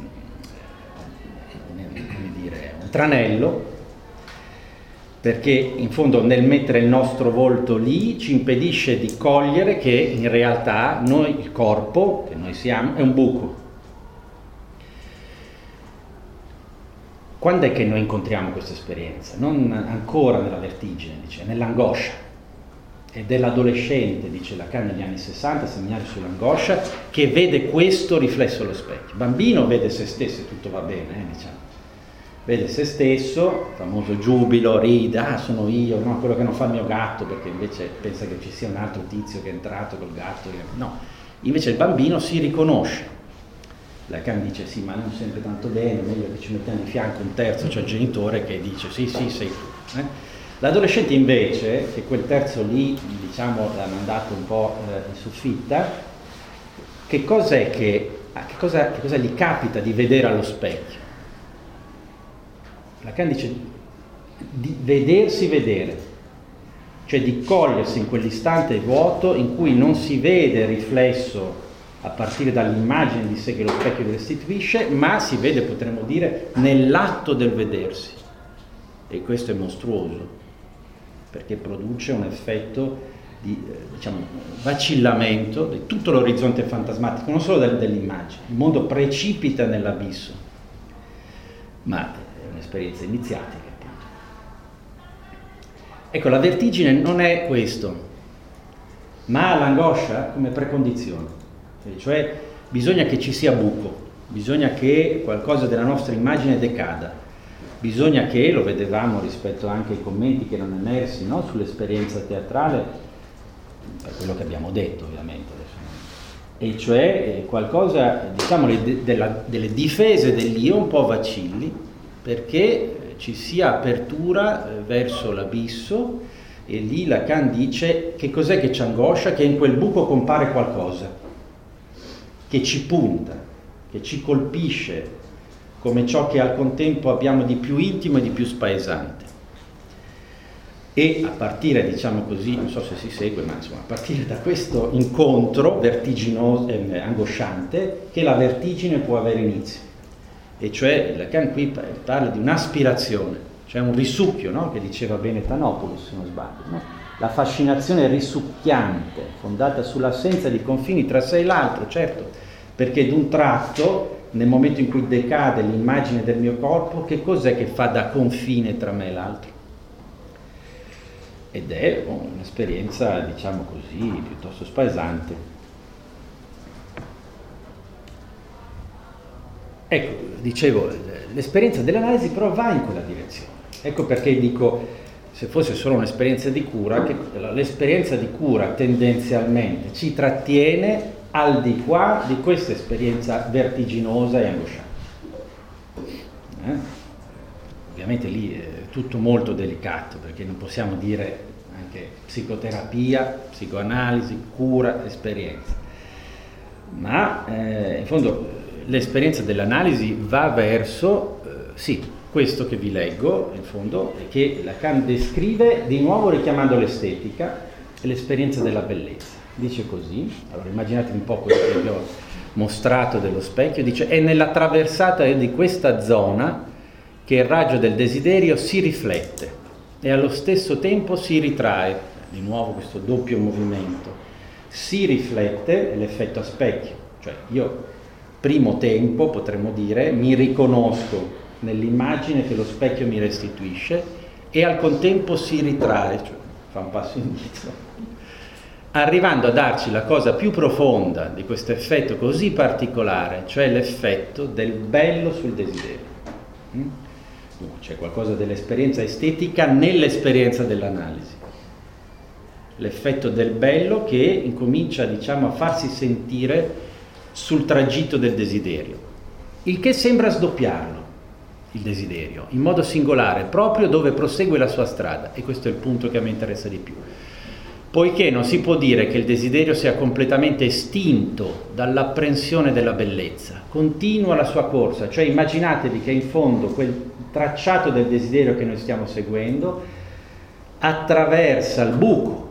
una, come dire, un tranello, perché in fondo nel mettere il nostro volto lì ci impedisce di cogliere che in realtà noi, il corpo che noi siamo, è un buco. Quando è che noi incontriamo questa esperienza? Non ancora nella vertigine, dice, nell'angoscia. È dell'adolescente, dice Lacan negli anni sessanta, seminari sull'angoscia, che vede questo riflesso allo specchio. Il bambino vede se stesso e tutto va bene, eh, diciamo. Vede se stesso, famoso giubilo, ride, ah sono io, no, quello che non fa il mio gatto, perché invece pensa che ci sia un altro tizio che è entrato col gatto. No, invece il bambino si riconosce. Lacan dice sì, ma non sempre tanto bene, meglio che ci mettiamo di fianco un terzo, cioè il genitore che dice sì, sì, sei tu. Eh? L'adolescente invece, che quel terzo lì, diciamo, l'ha mandato un po' eh, in soffitta, che cos'è che, che, cosa, che cosa gli capita di vedere allo specchio? Lacan dice di vedersi vedere, cioè di cogliersi in quell'istante vuoto in cui non si vede riflesso a partire dall'immagine di sé che lo specchio gli restituisce, ma si vede, potremmo dire, nell'atto del vedersi. E questo è mostruoso, perché produce un effetto di eh, diciamo, vacillamento di tutto l'orizzonte fantasmatico, non solo del, dell'immagine. Il mondo precipita nell'abisso, ma un'esperienza iniziatica, appunto. Ecco, la vertigine non è questo, ma ha l'angoscia come precondizione, cioè bisogna che ci sia buco, bisogna che qualcosa della nostra immagine decada, bisogna che, lo vedevamo rispetto anche ai commenti che erano emersi, no, sull'esperienza teatrale, per quello che abbiamo detto ovviamente, e cioè qualcosa, diciamo, de, della, delle difese dell'io un po' vacilli, perché ci sia apertura verso l'abisso, e lì Lacan dice che cos'è che ci angoscia? Che in quel buco compare qualcosa, che ci punta, che ci colpisce, come ciò che al contempo abbiamo di più intimo e di più spaesante. E a partire, diciamo così, non so se si segue, ma insomma, a partire da questo incontro vertiginoso, eh, angosciante, che la vertigine può avere inizio. E cioè Lacan qui parla di un'aspirazione, cioè un risucchio, no? Che diceva bene Tanopoulos, se non sbaglio, no? La fascinazione risucchiante, fondata sull'assenza di confini tra sé e l'altro, certo, perché d'un tratto, nel momento in cui decade l'immagine del mio corpo, che cos'è che fa da confine tra me e l'altro? Ed è oh, un'esperienza, diciamo così, piuttosto spaesante. Ecco, dicevo, l'esperienza dell'analisi però va in quella direzione. Ecco perché dico, se fosse solo un'esperienza di cura, che l'esperienza di cura tendenzialmente ci trattiene al di qua di questa esperienza vertiginosa e angosciante. Eh? Ovviamente lì è tutto molto delicato, perché non possiamo dire anche psicoterapia, psicoanalisi, cura, esperienza. Ma eh, in fondo l'esperienza dell'analisi va verso, eh, sì, questo che vi leggo, in fondo, e che Lacan descrive di nuovo richiamando l'estetica e l'esperienza della bellezza. Dice così, allora immaginate un po' quello che vi ho mostrato dello specchio, dice: è nella traversata di questa zona che il raggio del desiderio si riflette e allo stesso tempo si ritrae, di nuovo questo doppio movimento, si riflette, è l'effetto a specchio, cioè io primo tempo, potremmo dire, mi riconosco nell'immagine che lo specchio mi restituisce e al contempo si ritrae, cioè fa un passo indietro, arrivando a darci la cosa più profonda di questo effetto così particolare, cioè l'effetto del bello sul desiderio. Mm? C'è qualcosa dell'esperienza estetica nell'esperienza dell'analisi. L'effetto del bello che incomincia, diciamo, a farsi sentire sul tragitto del desiderio, il che sembra sdoppiarlo, il desiderio, in modo singolare, proprio dove prosegue la sua strada, e questo è il punto che a me interessa di più. Poiché non si può dire che il desiderio sia completamente estinto dall'apprensione della bellezza, continua la sua corsa, cioè immaginatevi che in fondo quel tracciato del desiderio che noi stiamo seguendo attraversa il buco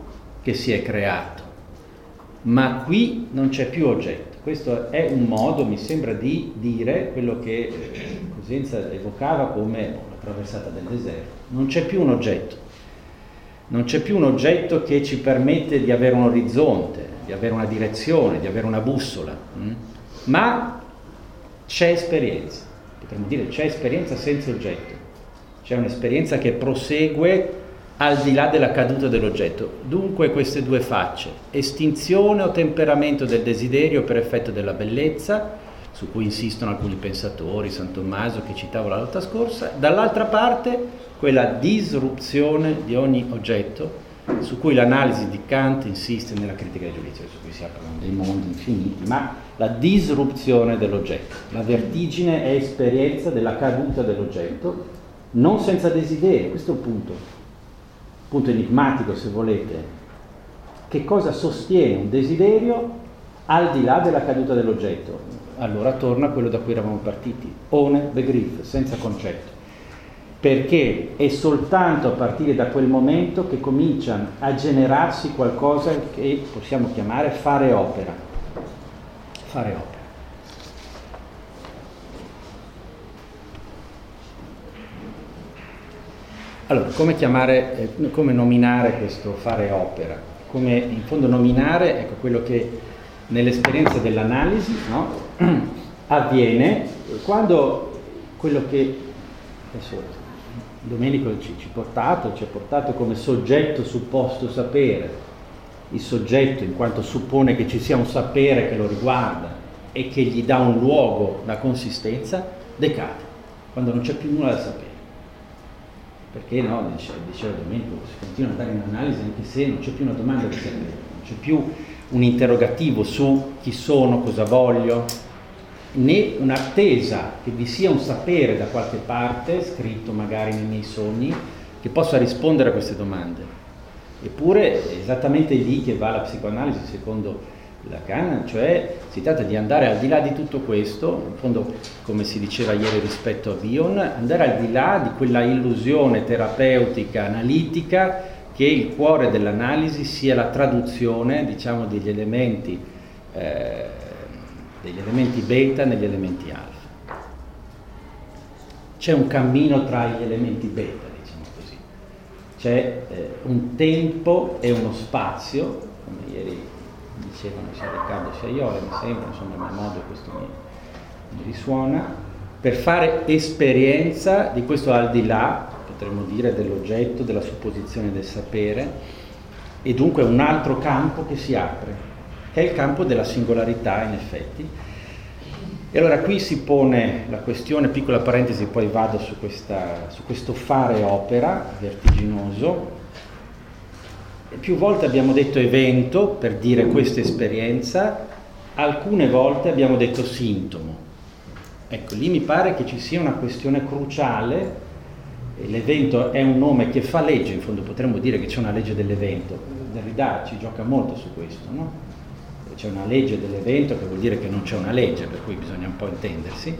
che si è creato, ma qui non c'è più oggetto. Questo è un modo, mi sembra, di dire quello che Cosenza evocava come la traversata del deserto. Non c'è più un oggetto, non c'è più un oggetto che ci permette di avere un orizzonte, di avere una direzione, di avere una bussola, hm? ma c'è esperienza, potremmo dire c'è esperienza senza oggetto, c'è un'esperienza che prosegue al di là della caduta dell'oggetto. Dunque queste due facce, estinzione o temperamento del desiderio per effetto della bellezza, su cui insistono alcuni pensatori, San Tommaso che citavo la volta scorsa, dall'altra parte quella disruzione di ogni oggetto, su cui l'analisi di Kant insiste nella critica del giudizio, su cui si aprono dei mondi infiniti, ma la disruzione dell'oggetto, la vertigine è esperienza della caduta dell'oggetto, non senza desiderio. Questo è un punto, punto enigmatico se volete. Che cosa sostiene un desiderio al di là della caduta dell'oggetto? Allora torna a quello da cui eravamo partiti, ohne Begriff, senza concetto. Perché è soltanto a partire da quel momento che comincia a generarsi qualcosa che possiamo chiamare fare opera. Fare opera. Allora, come chiamare, eh, come nominare questo fare opera? Come in fondo nominare, ecco, quello che nell'esperienza dell'analisi, no? avviene quando quello che adesso Domenico ci ha portato, ci ha portato come soggetto supposto sapere, il soggetto in quanto suppone che ci sia un sapere che lo riguarda e che gli dà un luogo, una consistenza, decade, quando non c'è più nulla da sapere. Perché no, diceva, diceva Domenico, si continua a dare in analisi anche se non c'è più una domanda di sapere, non c'è più un interrogativo su chi sono, cosa voglio, né un'attesa che vi sia un sapere da qualche parte, scritto magari nei miei sogni, che possa rispondere a queste domande. Eppure è esattamente lì che va la psicoanalisi secondo Lacan, cioè si tratta di andare al di là di tutto questo, in fondo come si diceva ieri rispetto a Bion, andare al di là di quella illusione terapeutica, analitica, che il cuore dell'analisi sia la traduzione, diciamo, degli elementi eh, degli elementi beta negli elementi alfa. C'è un cammino tra gli elementi beta, diciamo così. C'è eh, un tempo e uno spazio, come ieri dicevano sia Riccardo sia Iole, mi sembra, insomma, in modo questo mi, mi risuona, per fare esperienza di questo al di là, potremmo dire, dell'oggetto, della supposizione del sapere, e dunque un altro campo che si apre, che è il campo della singolarità, in effetti. E allora qui si pone la questione, piccola parentesi, poi vado su, questa, su questo fare opera vertiginoso. E più volte abbiamo detto evento per dire questa esperienza, alcune volte abbiamo detto sintomo. Ecco, lì mi pare che ci sia una questione cruciale. L'evento è un nome che fa legge, in fondo potremmo dire che c'è una legge dell'evento. Derrida ci gioca molto su questo, no? C'è una legge dell'evento, che vuol dire che non c'è una legge, per cui bisogna un po' intendersi,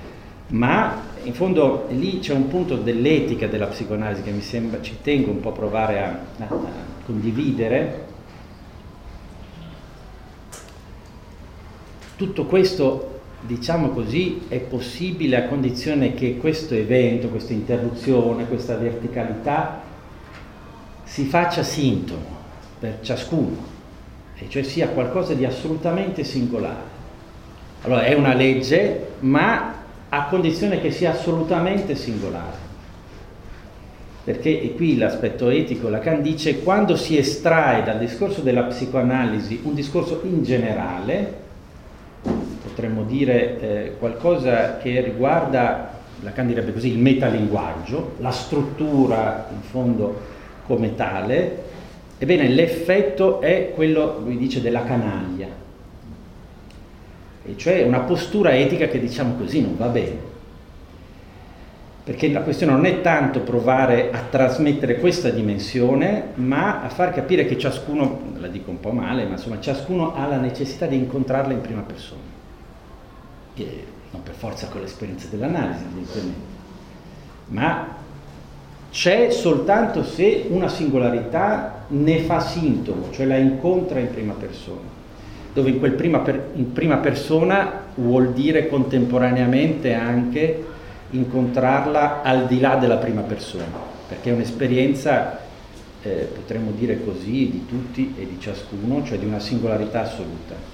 ma in fondo lì c'è un punto dell'etica della psicoanalisi che mi sembra, ci tengo un po' a provare a, a, a condividere. Tutto questo, diciamo così, è possibile a condizione che questo evento, questa interruzione, questa verticalità si faccia sintomo per ciascuno, e cioè sia qualcosa di assolutamente singolare. Allora è una legge, ma a condizione che sia assolutamente singolare. Perché, e qui l'aspetto etico, Lacan dice, quando si estrae dal discorso della psicoanalisi un discorso in generale, potremmo dire eh, qualcosa che riguarda, Lacan direbbe così, il metalinguaggio, la struttura in fondo come tale, ebbene, l'effetto è quello, lui dice, della canaglia, e cioè una postura etica che, diciamo così, non va bene. Perché la questione non è tanto provare a trasmettere questa dimensione, ma a far capire che ciascuno, la dico un po' male, ma insomma, ciascuno ha la necessità di incontrarla in prima persona. Che non per forza con l'esperienza dell'analisi, evidentemente, ma c'è soltanto se una singolarità ne fa sintomo, cioè la incontra in prima persona, dove in, quel prima, per, in prima persona vuol dire contemporaneamente anche incontrarla al di là della prima persona, perché è un'esperienza, eh, potremmo dire così, di tutti e di ciascuno, cioè di una singolarità assoluta.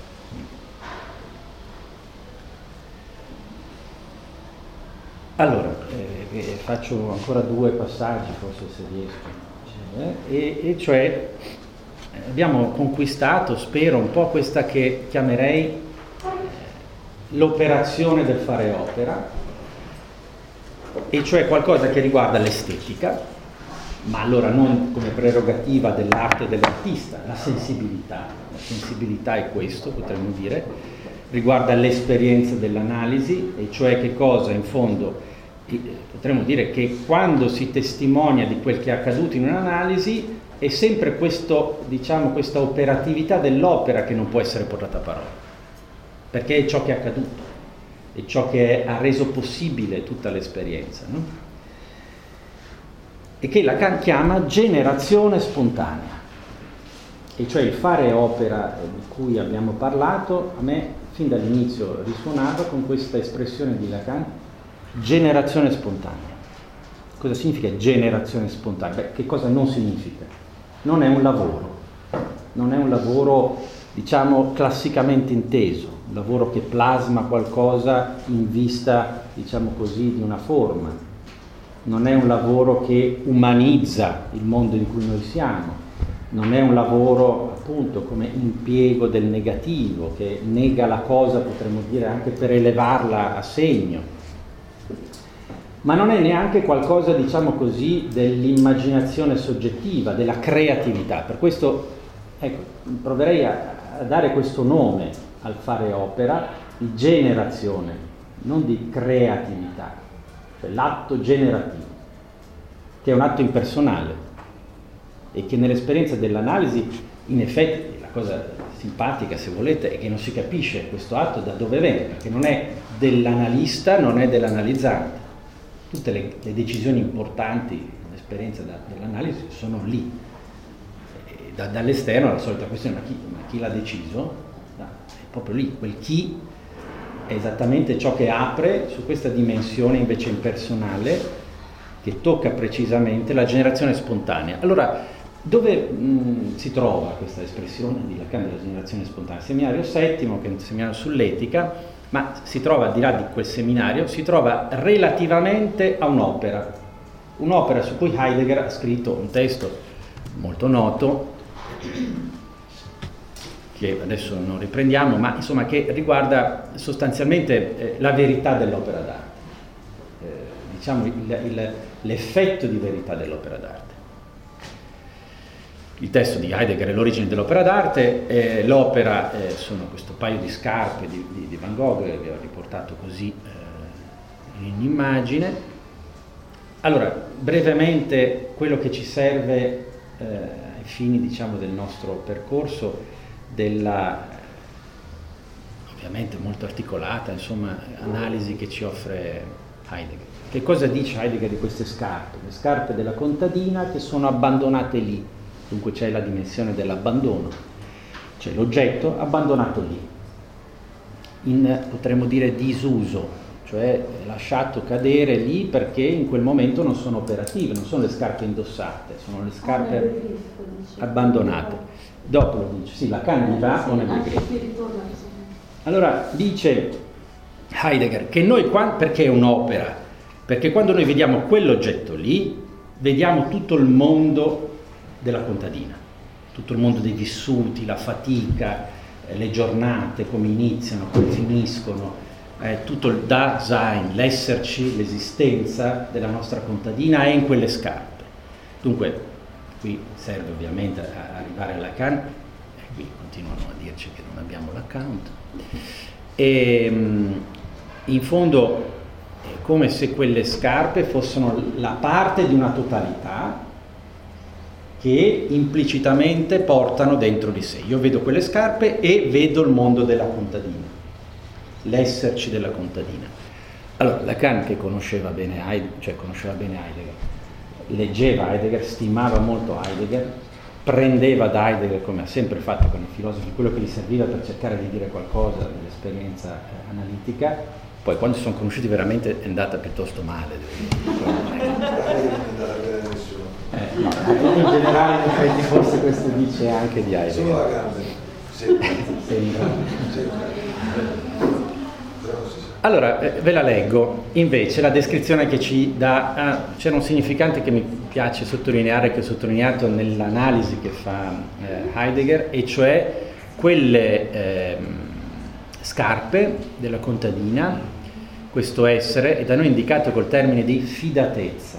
Allora, eh, faccio ancora due passaggi, forse se riesco, eh, e, e cioè abbiamo conquistato, spero, un po' questa che chiamerei l'operazione del fare opera, e cioè qualcosa che riguarda l'estetica, ma allora non come prerogativa dell'arte e dell'artista, la sensibilità. La sensibilità è questo, potremmo dire, riguarda l'esperienza dell'analisi, e cioè che cosa in fondo potremmo dire che quando si testimonia di quel che è accaduto in un'analisi è sempre questo, diciamo, questa operatività dell'opera che non può essere portata a parola, perché è ciò che è accaduto, è ciò che ha reso possibile tutta l'esperienza, no? E che Lacan chiama generazione spontanea, e cioè il fare opera di cui abbiamo parlato a me fin dall'inizio risuonava con questa espressione di Lacan, generazione spontanea. Cosa significa generazione spontanea? Beh, che cosa non significa? Non è un lavoro, non è un lavoro, diciamo, classicamente inteso, un lavoro che plasma qualcosa in vista, diciamo così, di una forma. Non è un lavoro che umanizza il mondo in cui noi siamo, non è un lavoro appunto come impiego del negativo, che nega la cosa, potremmo dire, anche per elevarla a segno. Ma non è neanche qualcosa, diciamo così, dell'immaginazione soggettiva, della creatività. Per questo, ecco, proverei a, a dare questo nome al fare opera di generazione, non di creatività, cioè l'atto generativo, che è un atto impersonale e che nell'esperienza dell'analisi, in effetti, la cosa simpatica, se volete, è che non si capisce questo atto da dove viene, perché non è dell'analista, non è dell'analizzante. Tutte le, le decisioni importanti nell'esperienza da, dell'analisi sono lì. E da, dall'esterno la solita questione, ma chi, ma chi l'ha deciso? No, è proprio lì, quel chi è esattamente ciò che apre su questa dimensione invece impersonale, che tocca precisamente la generazione spontanea. Allora, dove mh, si trova questa espressione di Lacan della generazione spontanea? Seminario settimo, che è un seminario sull'etica, ma si trova al di là di quel seminario, si trova relativamente a un'opera, un'opera su cui Heidegger ha scritto un testo molto noto, che adesso non riprendiamo, ma insomma che riguarda sostanzialmente eh, la verità dell'opera d'arte, eh, diciamo il, il, l'effetto di verità dell'opera d'arte. Il testo di Heidegger è l'origine dell'opera d'arte, eh, l'opera eh, sono questo paio di scarpe di, di, di Van Gogh, che vi ho riportato così eh, in immagine. Allora, brevemente, quello che ci serve eh, ai fini, diciamo, del nostro percorso, della ovviamente molto articolata, insomma, analisi che ci offre Heidegger. Che cosa dice Heidegger di queste scarpe? Le scarpe della contadina che sono abbandonate lì. Dunque c'è la dimensione dell'abbandono, c'è l'oggetto abbandonato lì, in, potremmo dire, disuso, cioè lasciato cadere lì perché in quel momento non sono operative, non sono le scarpe indossate, sono le scarpe abbandonate. Dopo lo dice, sì, Lacan di là o nel Grifo. Allora dice Heidegger che noi, perché è un'opera? Perché quando noi vediamo quell'oggetto lì, vediamo tutto il mondo della contadina, tutto il mondo dei vissuti, la fatica, eh, le giornate, come iniziano, come finiscono, eh, tutto il Dasein, l'esserci, l'esistenza della nostra contadina è in quelle scarpe. Dunque, qui serve ovviamente a arrivare a Lacan, e qui continuano a dirci che non abbiamo l'account, e in fondo è come se quelle scarpe fossero la parte di una totalità che implicitamente portano dentro di sé. Io vedo quelle scarpe e vedo il mondo della contadina, l'esserci della contadina. Allora, Lacan, che conosceva bene Heidegger, cioè conosceva bene Heidegger, leggeva Heidegger, stimava molto Heidegger, prendeva da Heidegger, come ha sempre fatto con i filosofi, quello che gli serviva per cercare di dire qualcosa dell'esperienza eh, analitica. Poi quando si sono conosciuti veramente è andata piuttosto male. Eh, no, in generale in effetti forse questo dice anche di Heidegger. Solo la grande. Sembra. Sembra. Allora, eh, ve la leggo. Invece la descrizione che ci dà, ah, c'era un significante che mi piace sottolineare, che ho sottolineato nell'analisi che fa eh, Heidegger, e cioè quelle eh, scarpe della contadina, questo essere, è da noi indicato col termine di fidatezza.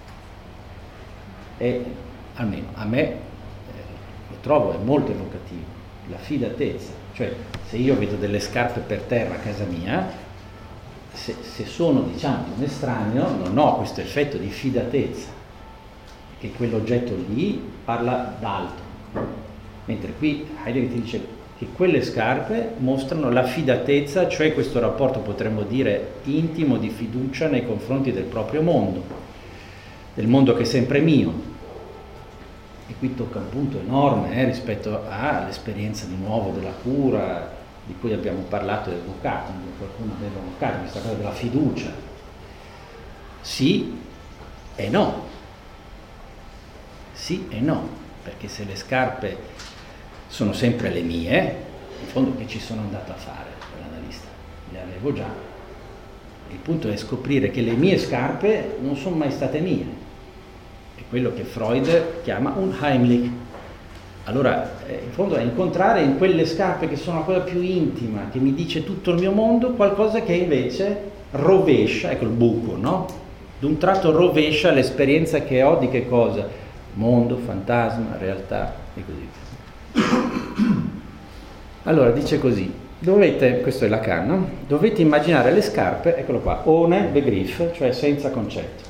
E almeno a me eh, lo trovo è molto evocativo, la fidatezza. Cioè, se io vedo delle scarpe per terra a casa mia, Se, se sono, diciamo, un estraneo, non ho questo effetto di fidatezza, che quell'oggetto lì parla d'alto. Mentre qui Heidegger ti dice che quelle scarpe mostrano la fidatezza, cioè questo rapporto, potremmo dire, intimo di fiducia nei confronti del proprio mondo, del mondo che è sempre mio. E qui tocca un punto enorme eh, rispetto all'esperienza di nuovo della cura, di cui abbiamo parlato e evocato, qualcuno aveva evocato questa cosa della fiducia. Sì e no. Sì e no, perché se le scarpe sono sempre le mie, in fondo che ci sono andato a fare per l'analista? Le avevo già. Il punto è scoprire che le mie scarpe non sono mai state mie. È quello che Freud chiama un Heimlich. Allora, eh, in fondo è incontrare in quelle scarpe che sono la cosa più intima, che mi dice tutto il mio mondo, qualcosa che invece rovescia, ecco il buco, no? D'un tratto rovescia l'esperienza che ho di che cosa? Mondo, fantasma, realtà e così via. Allora, dice così, dovete, questo è Lacan, no? Dovete immaginare le scarpe, eccolo qua, ohne Begriff, cioè senza concetto.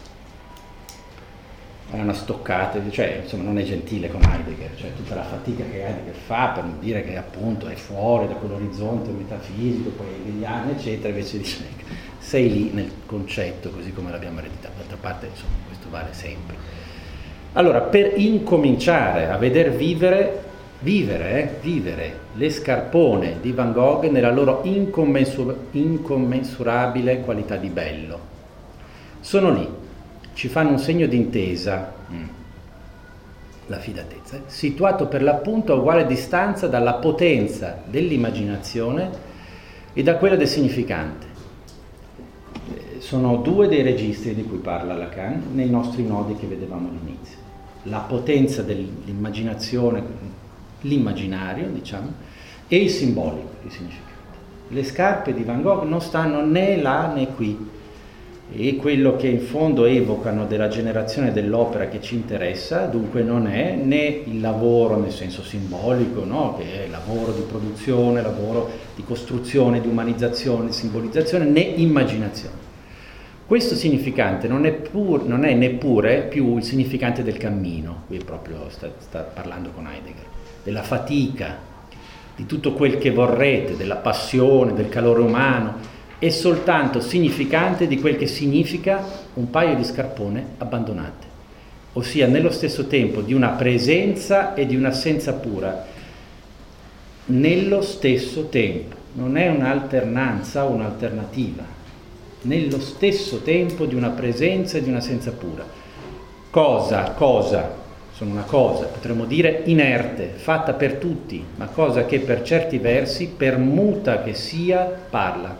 È una stoccata, cioè insomma non è gentile con Heidegger, cioè tutta la fatica che Heidegger fa per dire che appunto è fuori da quell'orizzonte metafisico, poi hegeliano eccetera, invece dice sei lì nel concetto così come l'abbiamo ereditato, d'altra parte insomma questo vale sempre. Allora, per incominciare a veder vivere, vivere, eh, vivere le scarpone di Van Gogh nella loro incommensur- incommensurabile qualità di bello, sono lì. Ci fanno un segno d'intesa, mm. la fidatezza, situato per l'appunto a uguale distanza dalla potenza dell'immaginazione e da quella del significante. Eh, sono due dei registri di cui parla Lacan nei nostri nodi che vedevamo all'inizio. La potenza dell'immaginazione, l'immaginario, diciamo, e il simbolico, il significante. Le scarpe di Van Gogh non stanno né là né qui. E quello che in fondo evocano della generazione dell'opera che ci interessa, dunque non è né il lavoro nel senso simbolico, no? Che è lavoro di produzione, lavoro di costruzione, di umanizzazione, di simbolizzazione, né immaginazione. Questo significante non è, pur, non è neppure più il significante del cammino, qui proprio sta, sta parlando con Heidegger, della fatica, di tutto quel che vorrete, della passione, del calore umano, è soltanto significante di quel che significa un paio di scarpone abbandonate, ossia nello stesso tempo di una presenza e di un'assenza pura, nello stesso tempo, non è un'alternanza o un'alternativa, nello stesso tempo di una presenza e di un'assenza pura. Cosa, cosa, sono una cosa, potremmo dire inerte, fatta per tutti, ma cosa che per certi versi, per muta che sia, parla.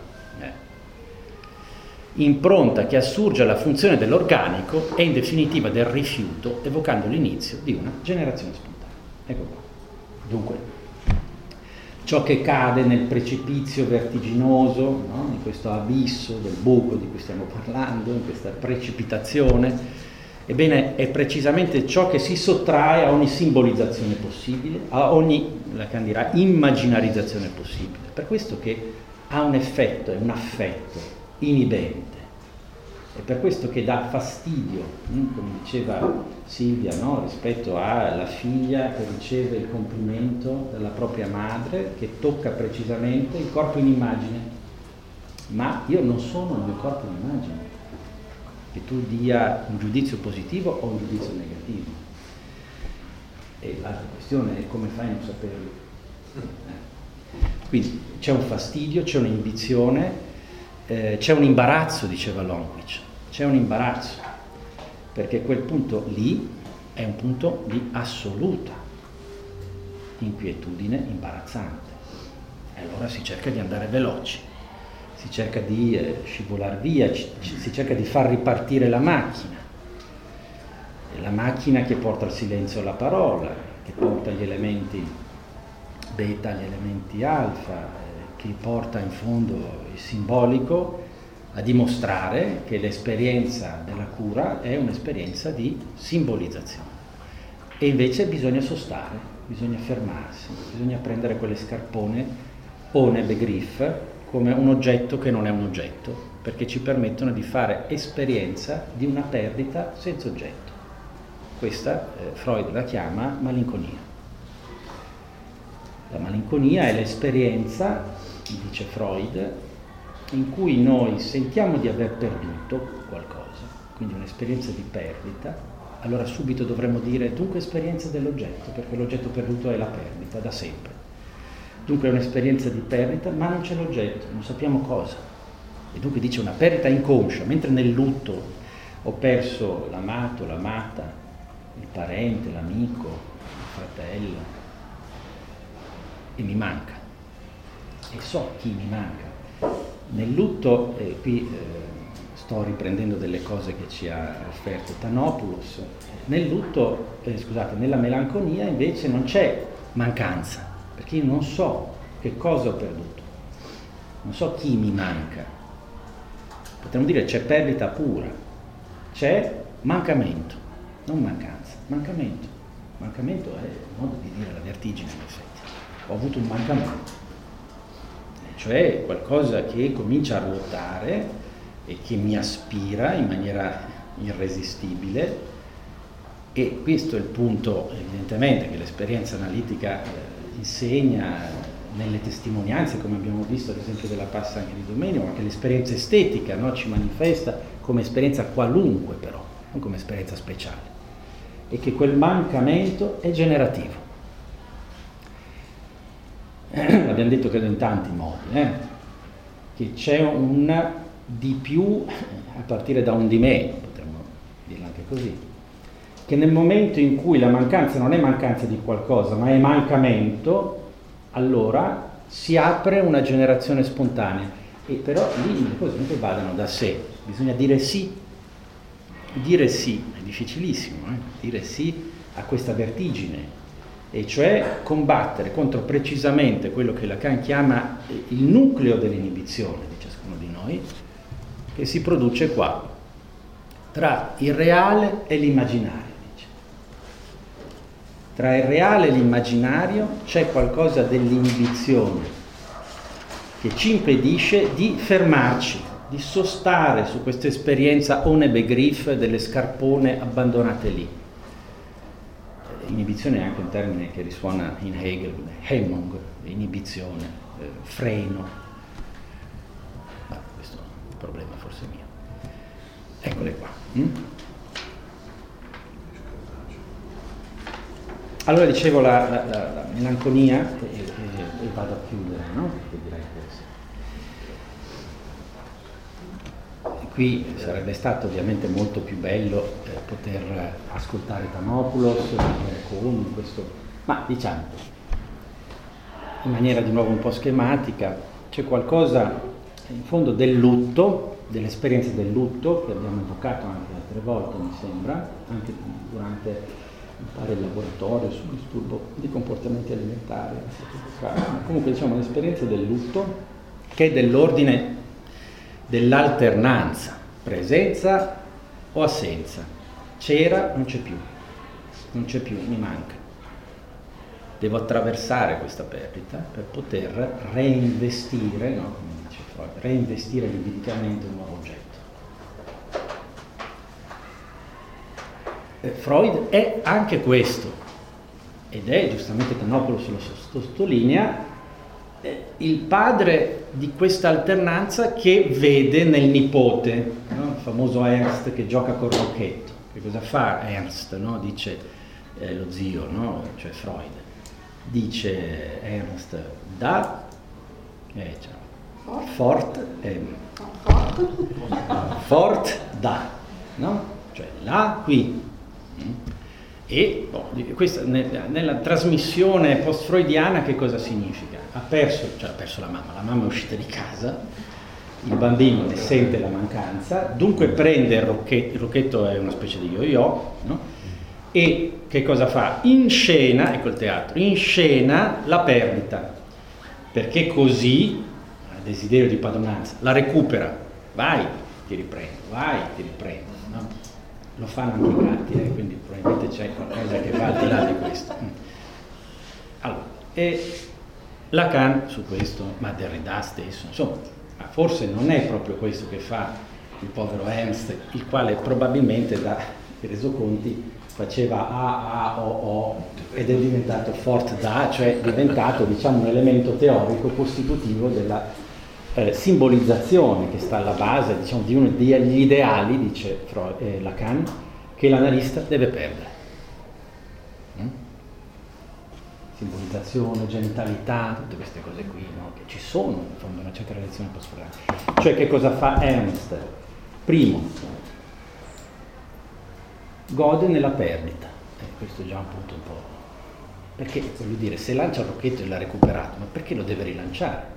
Impronta che assurge alla funzione dell'organico e in definitiva del rifiuto, evocando l'inizio di una generazione spontanea. Ecco qua. Dunque, ciò che cade nel precipizio vertiginoso, no? In questo abisso del buco di cui stiamo parlando, in questa precipitazione, ebbene è precisamente ciò che si sottrae a ogni simbolizzazione possibile, a ogni, Lacan dirà, immaginarizzazione possibile. Per questo che ha un effetto, è un affetto inibente. È per questo che dà fastidio, come diceva Silvia, no? Rispetto alla figlia che riceve il complimento dalla propria madre, che tocca precisamente il corpo in immagine. Ma io non sono il mio corpo in immagine. tu dia un giudizio positivo o un giudizio negativo. E l'altra questione è come fai a non saperlo. Quindi c'è un fastidio, c'è un'inibizione, eh, c'è un imbarazzo, diceva Longwich, c'è un imbarazzo, perché quel punto lì è un punto di assoluta inquietudine imbarazzante. E allora si cerca di andare veloci, si cerca di eh, scivolare via, ci, ci, si cerca di far ripartire la macchina. E la macchina che porta al silenzio la parola, che porta gli elementi beta agli elementi alfa, eh, che porta in fondo il simbolico a dimostrare che l'esperienza della cura è un'esperienza di simbolizzazione. E invece bisogna sostare, bisogna fermarsi, bisogna prendere quelle scarpone ohne Begriff come un oggetto che non è un oggetto, perché ci permettono di fare esperienza di una perdita senza oggetto. Questa eh, Freud la chiama malinconia. La malinconia è l'esperienza, dice Freud, in cui noi sentiamo di aver perduto qualcosa, quindi un'esperienza di perdita. Allora subito dovremmo dire dunque esperienza dell'oggetto, perché l'oggetto perduto è la perdita da sempre. Dunque è un'esperienza di perdita, ma non c'è l'oggetto, non sappiamo cosa. E dunque dice una perdita inconscia, mentre nel lutto ho perso l'amato, l'amata, il parente, l'amico, il fratello, e mi manca. E so chi mi manca. Nel lutto, eh, qui eh, sto riprendendo delle cose che ci ha offerto Thanopoulos, nel lutto, eh, scusate, nella melanconia invece non c'è mancanza, perché io non so che cosa ho perduto, non so chi mi manca. Potremmo dire c'è perdita pura, c'è mancamento, non mancanza, mancamento. Mancamento è un modo di dire la vertigine, in effetti. Ho avuto un mancamento, cioè qualcosa che comincia a ruotare e che mi aspira in maniera irresistibile. E questo è il punto, evidentemente, che l'esperienza analitica eh, insegna nelle testimonianze, come abbiamo visto ad esempio della passa anche di Domenico, ma che l'esperienza estetica, no, ci manifesta come esperienza qualunque, però, non come esperienza speciale, e che quel mancamento è generativo. L'abbiamo detto credo in tanti modi, eh? Che c'è un di più a partire da un di meno, potremmo dirlo anche così, che nel momento in cui la mancanza non è mancanza di qualcosa ma è mancamento, allora si apre una generazione spontanea. E però lì le cose non vadano da sé, bisogna dire sì. Dire sì è difficilissimo, eh? Dire sì a questa vertigine, e cioè combattere contro precisamente quello che Lacan chiama il nucleo dell'inibizione di ciascuno di noi, che si produce qua, tra il reale e l'immaginario. Dice. Tra il reale e l'immaginario c'è qualcosa dell'inibizione che ci impedisce di fermarci, di sostare su questa esperienza ohne Begriff delle scarpone abbandonate lì. Inibizione è anche un termine che risuona in Hegel, Hemmung, inibizione, eh, freno. Ma questo è un problema forse mio. Eccole qua. Mm? Allora dicevo la, la, la, la melanconia, e, e, e vado a chiudere, no? Perché direi che qui sarebbe stato ovviamente molto più bello eh, poter ascoltare Thanopoulos, vedere con questo, ma diciamo in maniera di nuovo un po' schematica, c'è qualcosa in fondo del lutto, dell'esperienza del lutto che abbiamo evocato anche altre volte, mi sembra, anche durante mi pare il laboratorio sul disturbo di comportamenti alimentari, ma comunque diciamo l'esperienza del lutto che è dell'ordine dell'alternanza, presenza o assenza, c'era, non c'è più, non c'è più, mi manca. Devo attraversare questa perdita per poter reinvestire, no, come dice Freud, reinvestire lividicamente un nuovo oggetto. Eh, Freud è anche questo, ed è, giustamente Thanopoulos lo sottolinea, il padre di questa alternanza che vede nel nipote, no? famoso Ernst che gioca col rocchetto. Che cosa fa Ernst? No? Dice eh, lo zio, no? Cioè Freud, dice Ernst, da, eh, cioè, fort, eh, fort, da, no? Cioè là, qui. E boh, questa, nella trasmissione post-freudiana che cosa significa? Ha perso, cioè ha perso la mamma, la mamma è uscita di casa, il bambino ne sente la mancanza, dunque prende il rocchetto, il rocchetto è una specie di yo-yo, no? E che cosa fa? Inscena, ecco il teatro, inscena la perdita, perché così, il desiderio di padronanza, la recupera, vai, ti riprendo, vai, ti riprendo, no? Lo fanno anche i gatti, eh, quindi probabilmente c'è qualcosa che va al di là di questo. Allora, e Lacan su questo, ma Derrida stesso, insomma, ma forse non è proprio questo che fa il povero Ernst, il quale probabilmente da resoconti faceva A, A, O, O ed è diventato fort da, cioè è diventato, diciamo, un elemento teorico costitutivo della eh, simbolizzazione che sta alla base, diciamo, di uno degli ideali, dice Freud, eh, Lacan, che l'analista deve perdere. Mm? Simbolizzazione, genitalità, tutte queste cose qui, no? Che ci sono in fondo una certa relazione post-freudiana. Cioè che cosa fa Ernst? Primo, gode nella perdita. Eh, questo è già un punto un po'... Perché, voglio dire, se lancia il rocchetto e l'ha recuperato, ma perché lo deve rilanciare?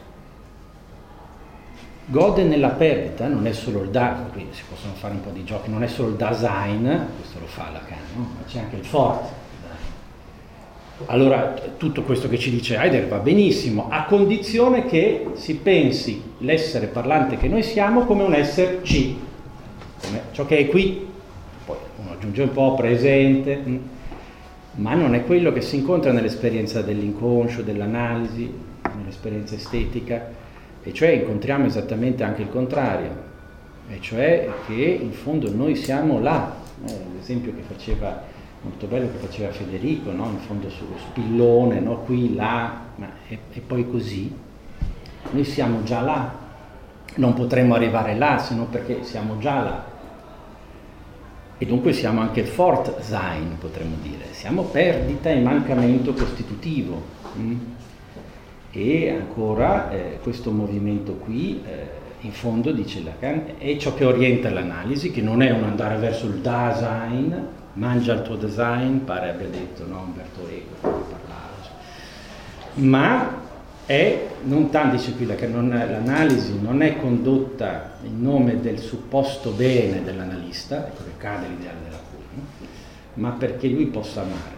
Gode nella perdita, non è solo il da, qui si possono fare un po' di giochi, non è solo il Dasein, questo lo fa Lacan, no? Ma c'è anche il Fort. Allora, tutto questo che ci dice Heidegger va benissimo, a condizione che si pensi l'essere parlante che noi siamo come un essere C, come ciò che è qui, poi uno aggiunge un po' presente, ma non è quello che si incontra nell'esperienza dell'inconscio, dell'analisi, nell'esperienza estetica, e cioè incontriamo esattamente anche il contrario, e cioè che in fondo noi siamo là, eh, l'esempio che faceva, molto bello che faceva Federico, no? In fondo sullo spillone, no? Qui, là, ma e, e poi così, noi siamo già là, non potremmo arrivare là se non perché siamo già là, e dunque siamo anche fort sein, potremmo dire, siamo perdita e mancamento costitutivo. Mm? E ancora eh, questo movimento qui, eh, in fondo, dice Lacan, è ciò che orienta l'analisi, che non è un andare verso il Dasein, mangia il tuo design, pare abbia detto, no, Umberto Eco, parlava, ma è, non tanto, dice qui Lacan, non, l'analisi non è condotta in nome del supposto bene dell'analista, ecco che cade l'ideale della cura, no? Ma perché lui possa amare.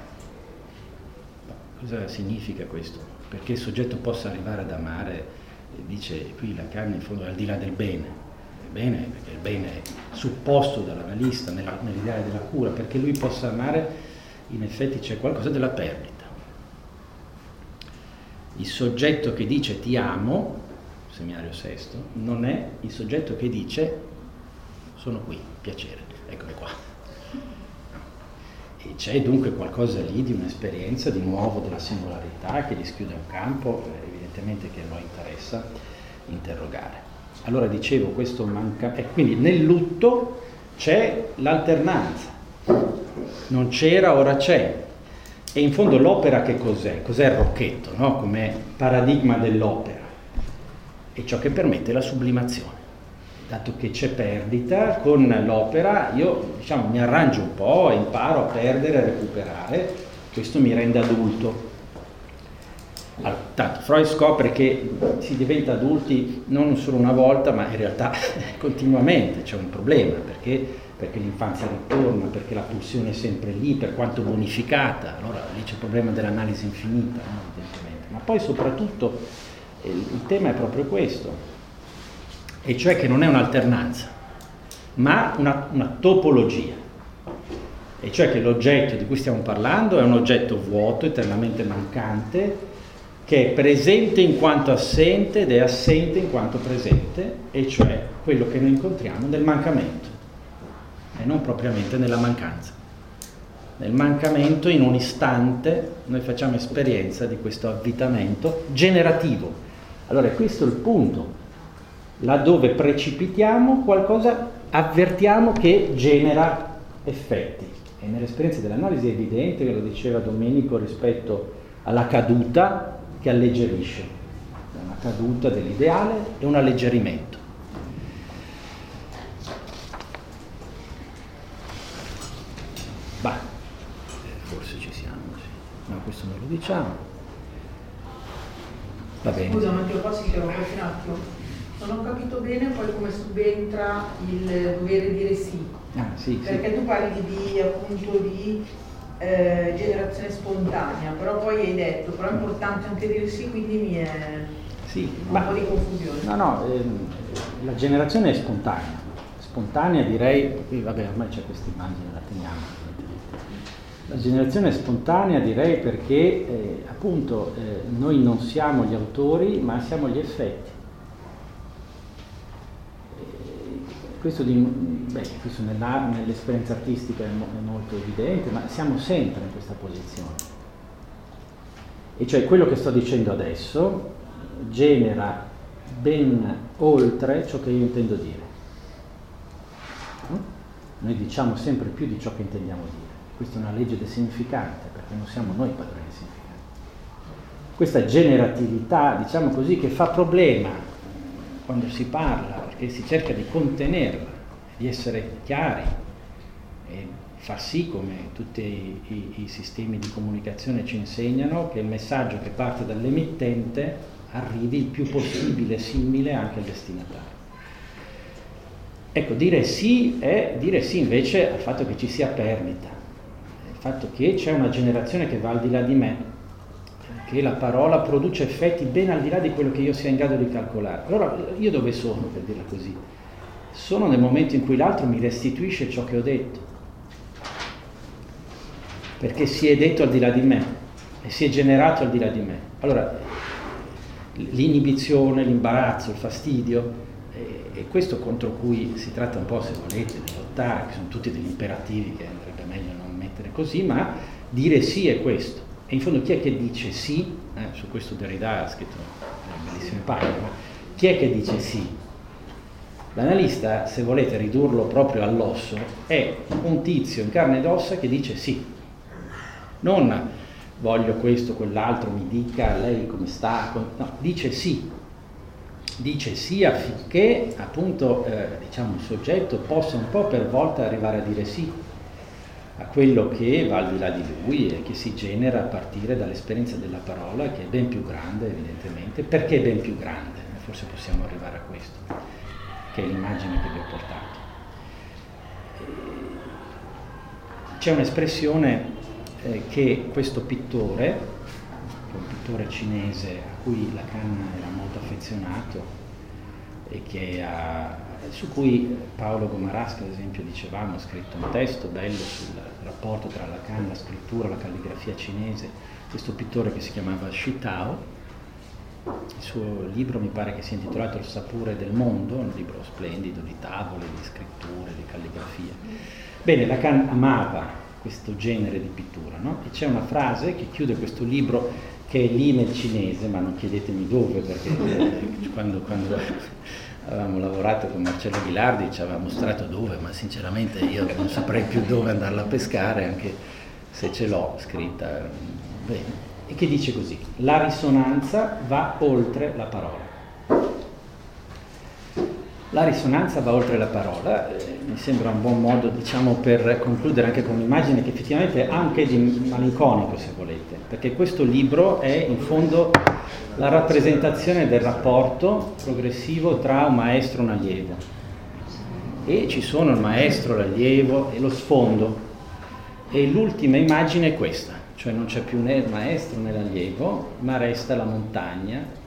Cosa significa questo? Perché il soggetto possa arrivare ad amare, dice qui Lacan, in fondo al di là del bene, il bene perché il bene è supposto dall'analista nell'ideale della cura, perché lui possa amare, in effetti c'è qualcosa della perdita. Il soggetto che dice ti amo, seminario sesto, non è il soggetto che dice sono qui, piacere, eccomi qua. E c'è dunque qualcosa lì di un'esperienza di nuovo della singolarità che dischiude un campo, evidentemente che a noi interessa interrogare. Allora dicevo, questo manca, e quindi nel lutto c'è l'alternanza, non c'era, ora c'è. E in fondo l'opera che cos'è? Cos'è il rocchetto, no? Come paradigma dell'opera? È ciò che permette la sublimazione. Dato che c'è perdita, con l'opera io, diciamo, mi arrangio un po', imparo a perdere, a recuperare, questo mi rende adulto. Allora, tanto Freud scopre che si diventa adulti non solo una volta, ma in realtà continuamente. C'è un problema, perché, perché l'infanzia ritorna, perché la pulsione è sempre lì, per quanto bonificata. Allora lì c'è il problema dell'analisi infinita, no? Evidentemente. Ma poi soprattutto eh, il tema è proprio questo, e cioè che non è un'alternanza, ma una, una topologia, e cioè che l'oggetto di cui stiamo parlando è un oggetto vuoto, eternamente mancante, che è presente in quanto assente ed è assente in quanto presente, e cioè quello che noi incontriamo nel mancamento, e non propriamente nella mancanza. Nel mancamento, in un istante, noi facciamo esperienza di questo avvitamento generativo. Allora, questo è il punto. Laddove precipitiamo qualcosa avvertiamo che genera effetti. E nell'esperienza dell'analisi è evidente, che lo diceva Domenico, rispetto alla caduta che alleggerisce, una caduta dell'ideale e un alleggerimento. Bah, forse ci siamo, sì. Ma questo non lo diciamo. Va bene. Scusa Matteo, posso dire un attimo? Non ho capito bene poi come subentra il dovere dire sì. Ah, sì, perché sì. tu parli di appunto di eh, generazione spontanea, però poi hai detto, però è importante anche dire sì, quindi mi è sì, un ma, po' di confusione. No, no, ehm, la generazione è spontanea. Spontanea direi, qui vabbè ormai c'è questa immagine, la teniamo. La generazione è spontanea direi perché eh, appunto eh, noi non siamo gli autori ma siamo gli effetti. Questo, di, beh, questo nell'esperienza artistica è, mo, è molto evidente, ma siamo sempre in questa posizione. E cioè quello che sto dicendo adesso genera ben oltre ciò che io intendo dire. No? Noi diciamo sempre più di ciò che intendiamo dire. Questa è una legge del significante, perché non siamo noi padroni del significante. Questa generatività, diciamo così, che fa problema quando si parla, perché si cerca di contenerla, di essere chiari e far sì, come tutti i, i, i sistemi di comunicazione ci insegnano, che il messaggio che parte dall'emittente arrivi il più possibile simile anche al destinatario. Ecco, dire sì è dire sì invece al fatto che ci sia perdita, il fatto che c'è una generazione che va al di là di me, che la parola produce effetti ben al di là di quello che io sia in grado di calcolare. Allora, io dove sono, per dirla così? Sono nel momento in cui l'altro mi restituisce ciò che ho detto, perché si è detto al di là di me e si è generato al di là di me. Allora, l'inibizione, l'imbarazzo, il fastidio, e questo contro cui si tratta un po', se volete, di lottare, che sono tutti degli imperativi che andrebbe meglio non mettere così, ma dire sì è questo. E in fondo chi è che dice sì? Eh, su questo Derrida ha scritto delle bellissime pagine, ma chi è che dice sì? L'analista, se volete ridurlo proprio all'osso, è un tizio in carne ed ossa che dice sì. Non voglio questo, quell'altro, mi dica lei come sta, no, dice sì. Dice sì affinché appunto eh, diciamo un soggetto possa un po' per volta arrivare a dire sì a quello che va al di là di lui e che si genera a partire dall'esperienza della parola, che è ben più grande evidentemente. Perché è ben più grande? Forse possiamo arrivare a questo, che è l'immagine che vi ho portato. C'è un'espressione eh, che questo pittore, che è un pittore cinese a cui Lacan era molto affezionato e che ha, su cui Paolo Gomarasca, ad esempio, dicevamo, ha scritto un testo bello sul rapporto tra Lacan, la scrittura, la calligrafia cinese, questo pittore che si chiamava Shi Tao. Il suo libro mi pare che sia intitolato Il sapore del mondo, un libro splendido di tavole, di scritture, di calligrafia. Bene, Lacan amava questo genere di pittura, no? E c'è una frase che chiude questo libro, che è lì nel cinese, ma non chiedetemi dove, perché eh, quando, quando avevamo lavorato con Marcello Ghilardi ci aveva mostrato dove, ma sinceramente io non saprei più dove andarla a pescare, anche se ce l'ho scritta. Bene. E che dice così: la risonanza va oltre la parola. La risonanza va oltre la parola, eh, mi sembra un buon modo, diciamo, per concludere anche con un'immagine che effettivamente è anche di malinconico, se volete, perché questo libro è in fondo la rappresentazione del rapporto progressivo tra un maestro e un allievo. E ci sono il maestro, l'allievo e lo sfondo. E l'ultima immagine è questa, cioè non c'è più né il maestro né l'allievo, ma resta la montagna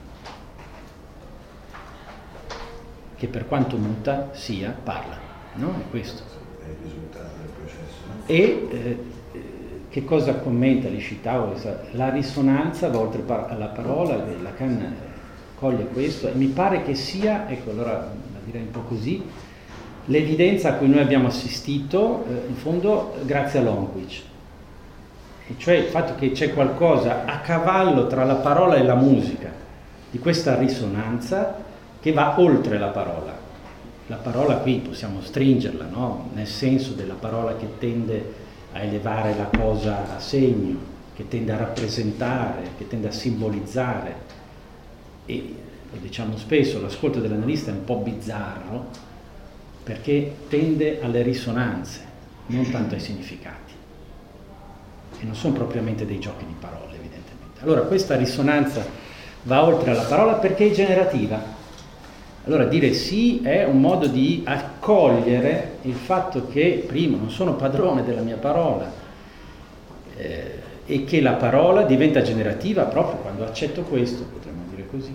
che per quanto muta sia, parla, no? È questo. È il risultato del processo. No? E eh, che cosa commenta Li Shi Tao? La risonanza va oltre alla parola, Lacan coglie questo, e mi pare che sia, ecco, allora la direi un po' così, l'evidenza a cui noi abbiamo assistito, eh, in fondo, grazie a Longwich. E cioè il fatto che c'è qualcosa a cavallo tra la parola e la musica, di questa risonanza, che va oltre la parola. la parola qui possiamo stringerla, no? Nel senso della parola che tende a elevare la cosa a segno, che tende a rappresentare, che tende a simbolizzare. E lo diciamo spesso, l'ascolto dell'analista è un po' bizzarro perché tende alle risonanze, non tanto ai significati. E non sono propriamente dei giochi di parole, evidentemente. Allora questa risonanza va oltre alla parola perché è generativa. Allora dire sì è un modo di accogliere il fatto che, primo, non sono padrone della mia parola eh, e che la parola diventa generativa proprio quando accetto questo, potremmo dire così,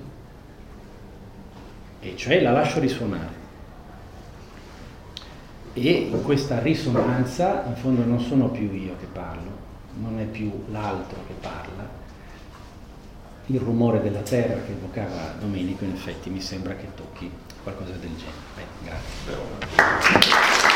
e cioè la lascio risuonare. E in questa risonanza, in fondo, non sono più io che parlo, non è più l'altro che parla. Il rumore della terra che evocava Domenico, in effetti, mi sembra che tocchi qualcosa del genere. Bene, grazie.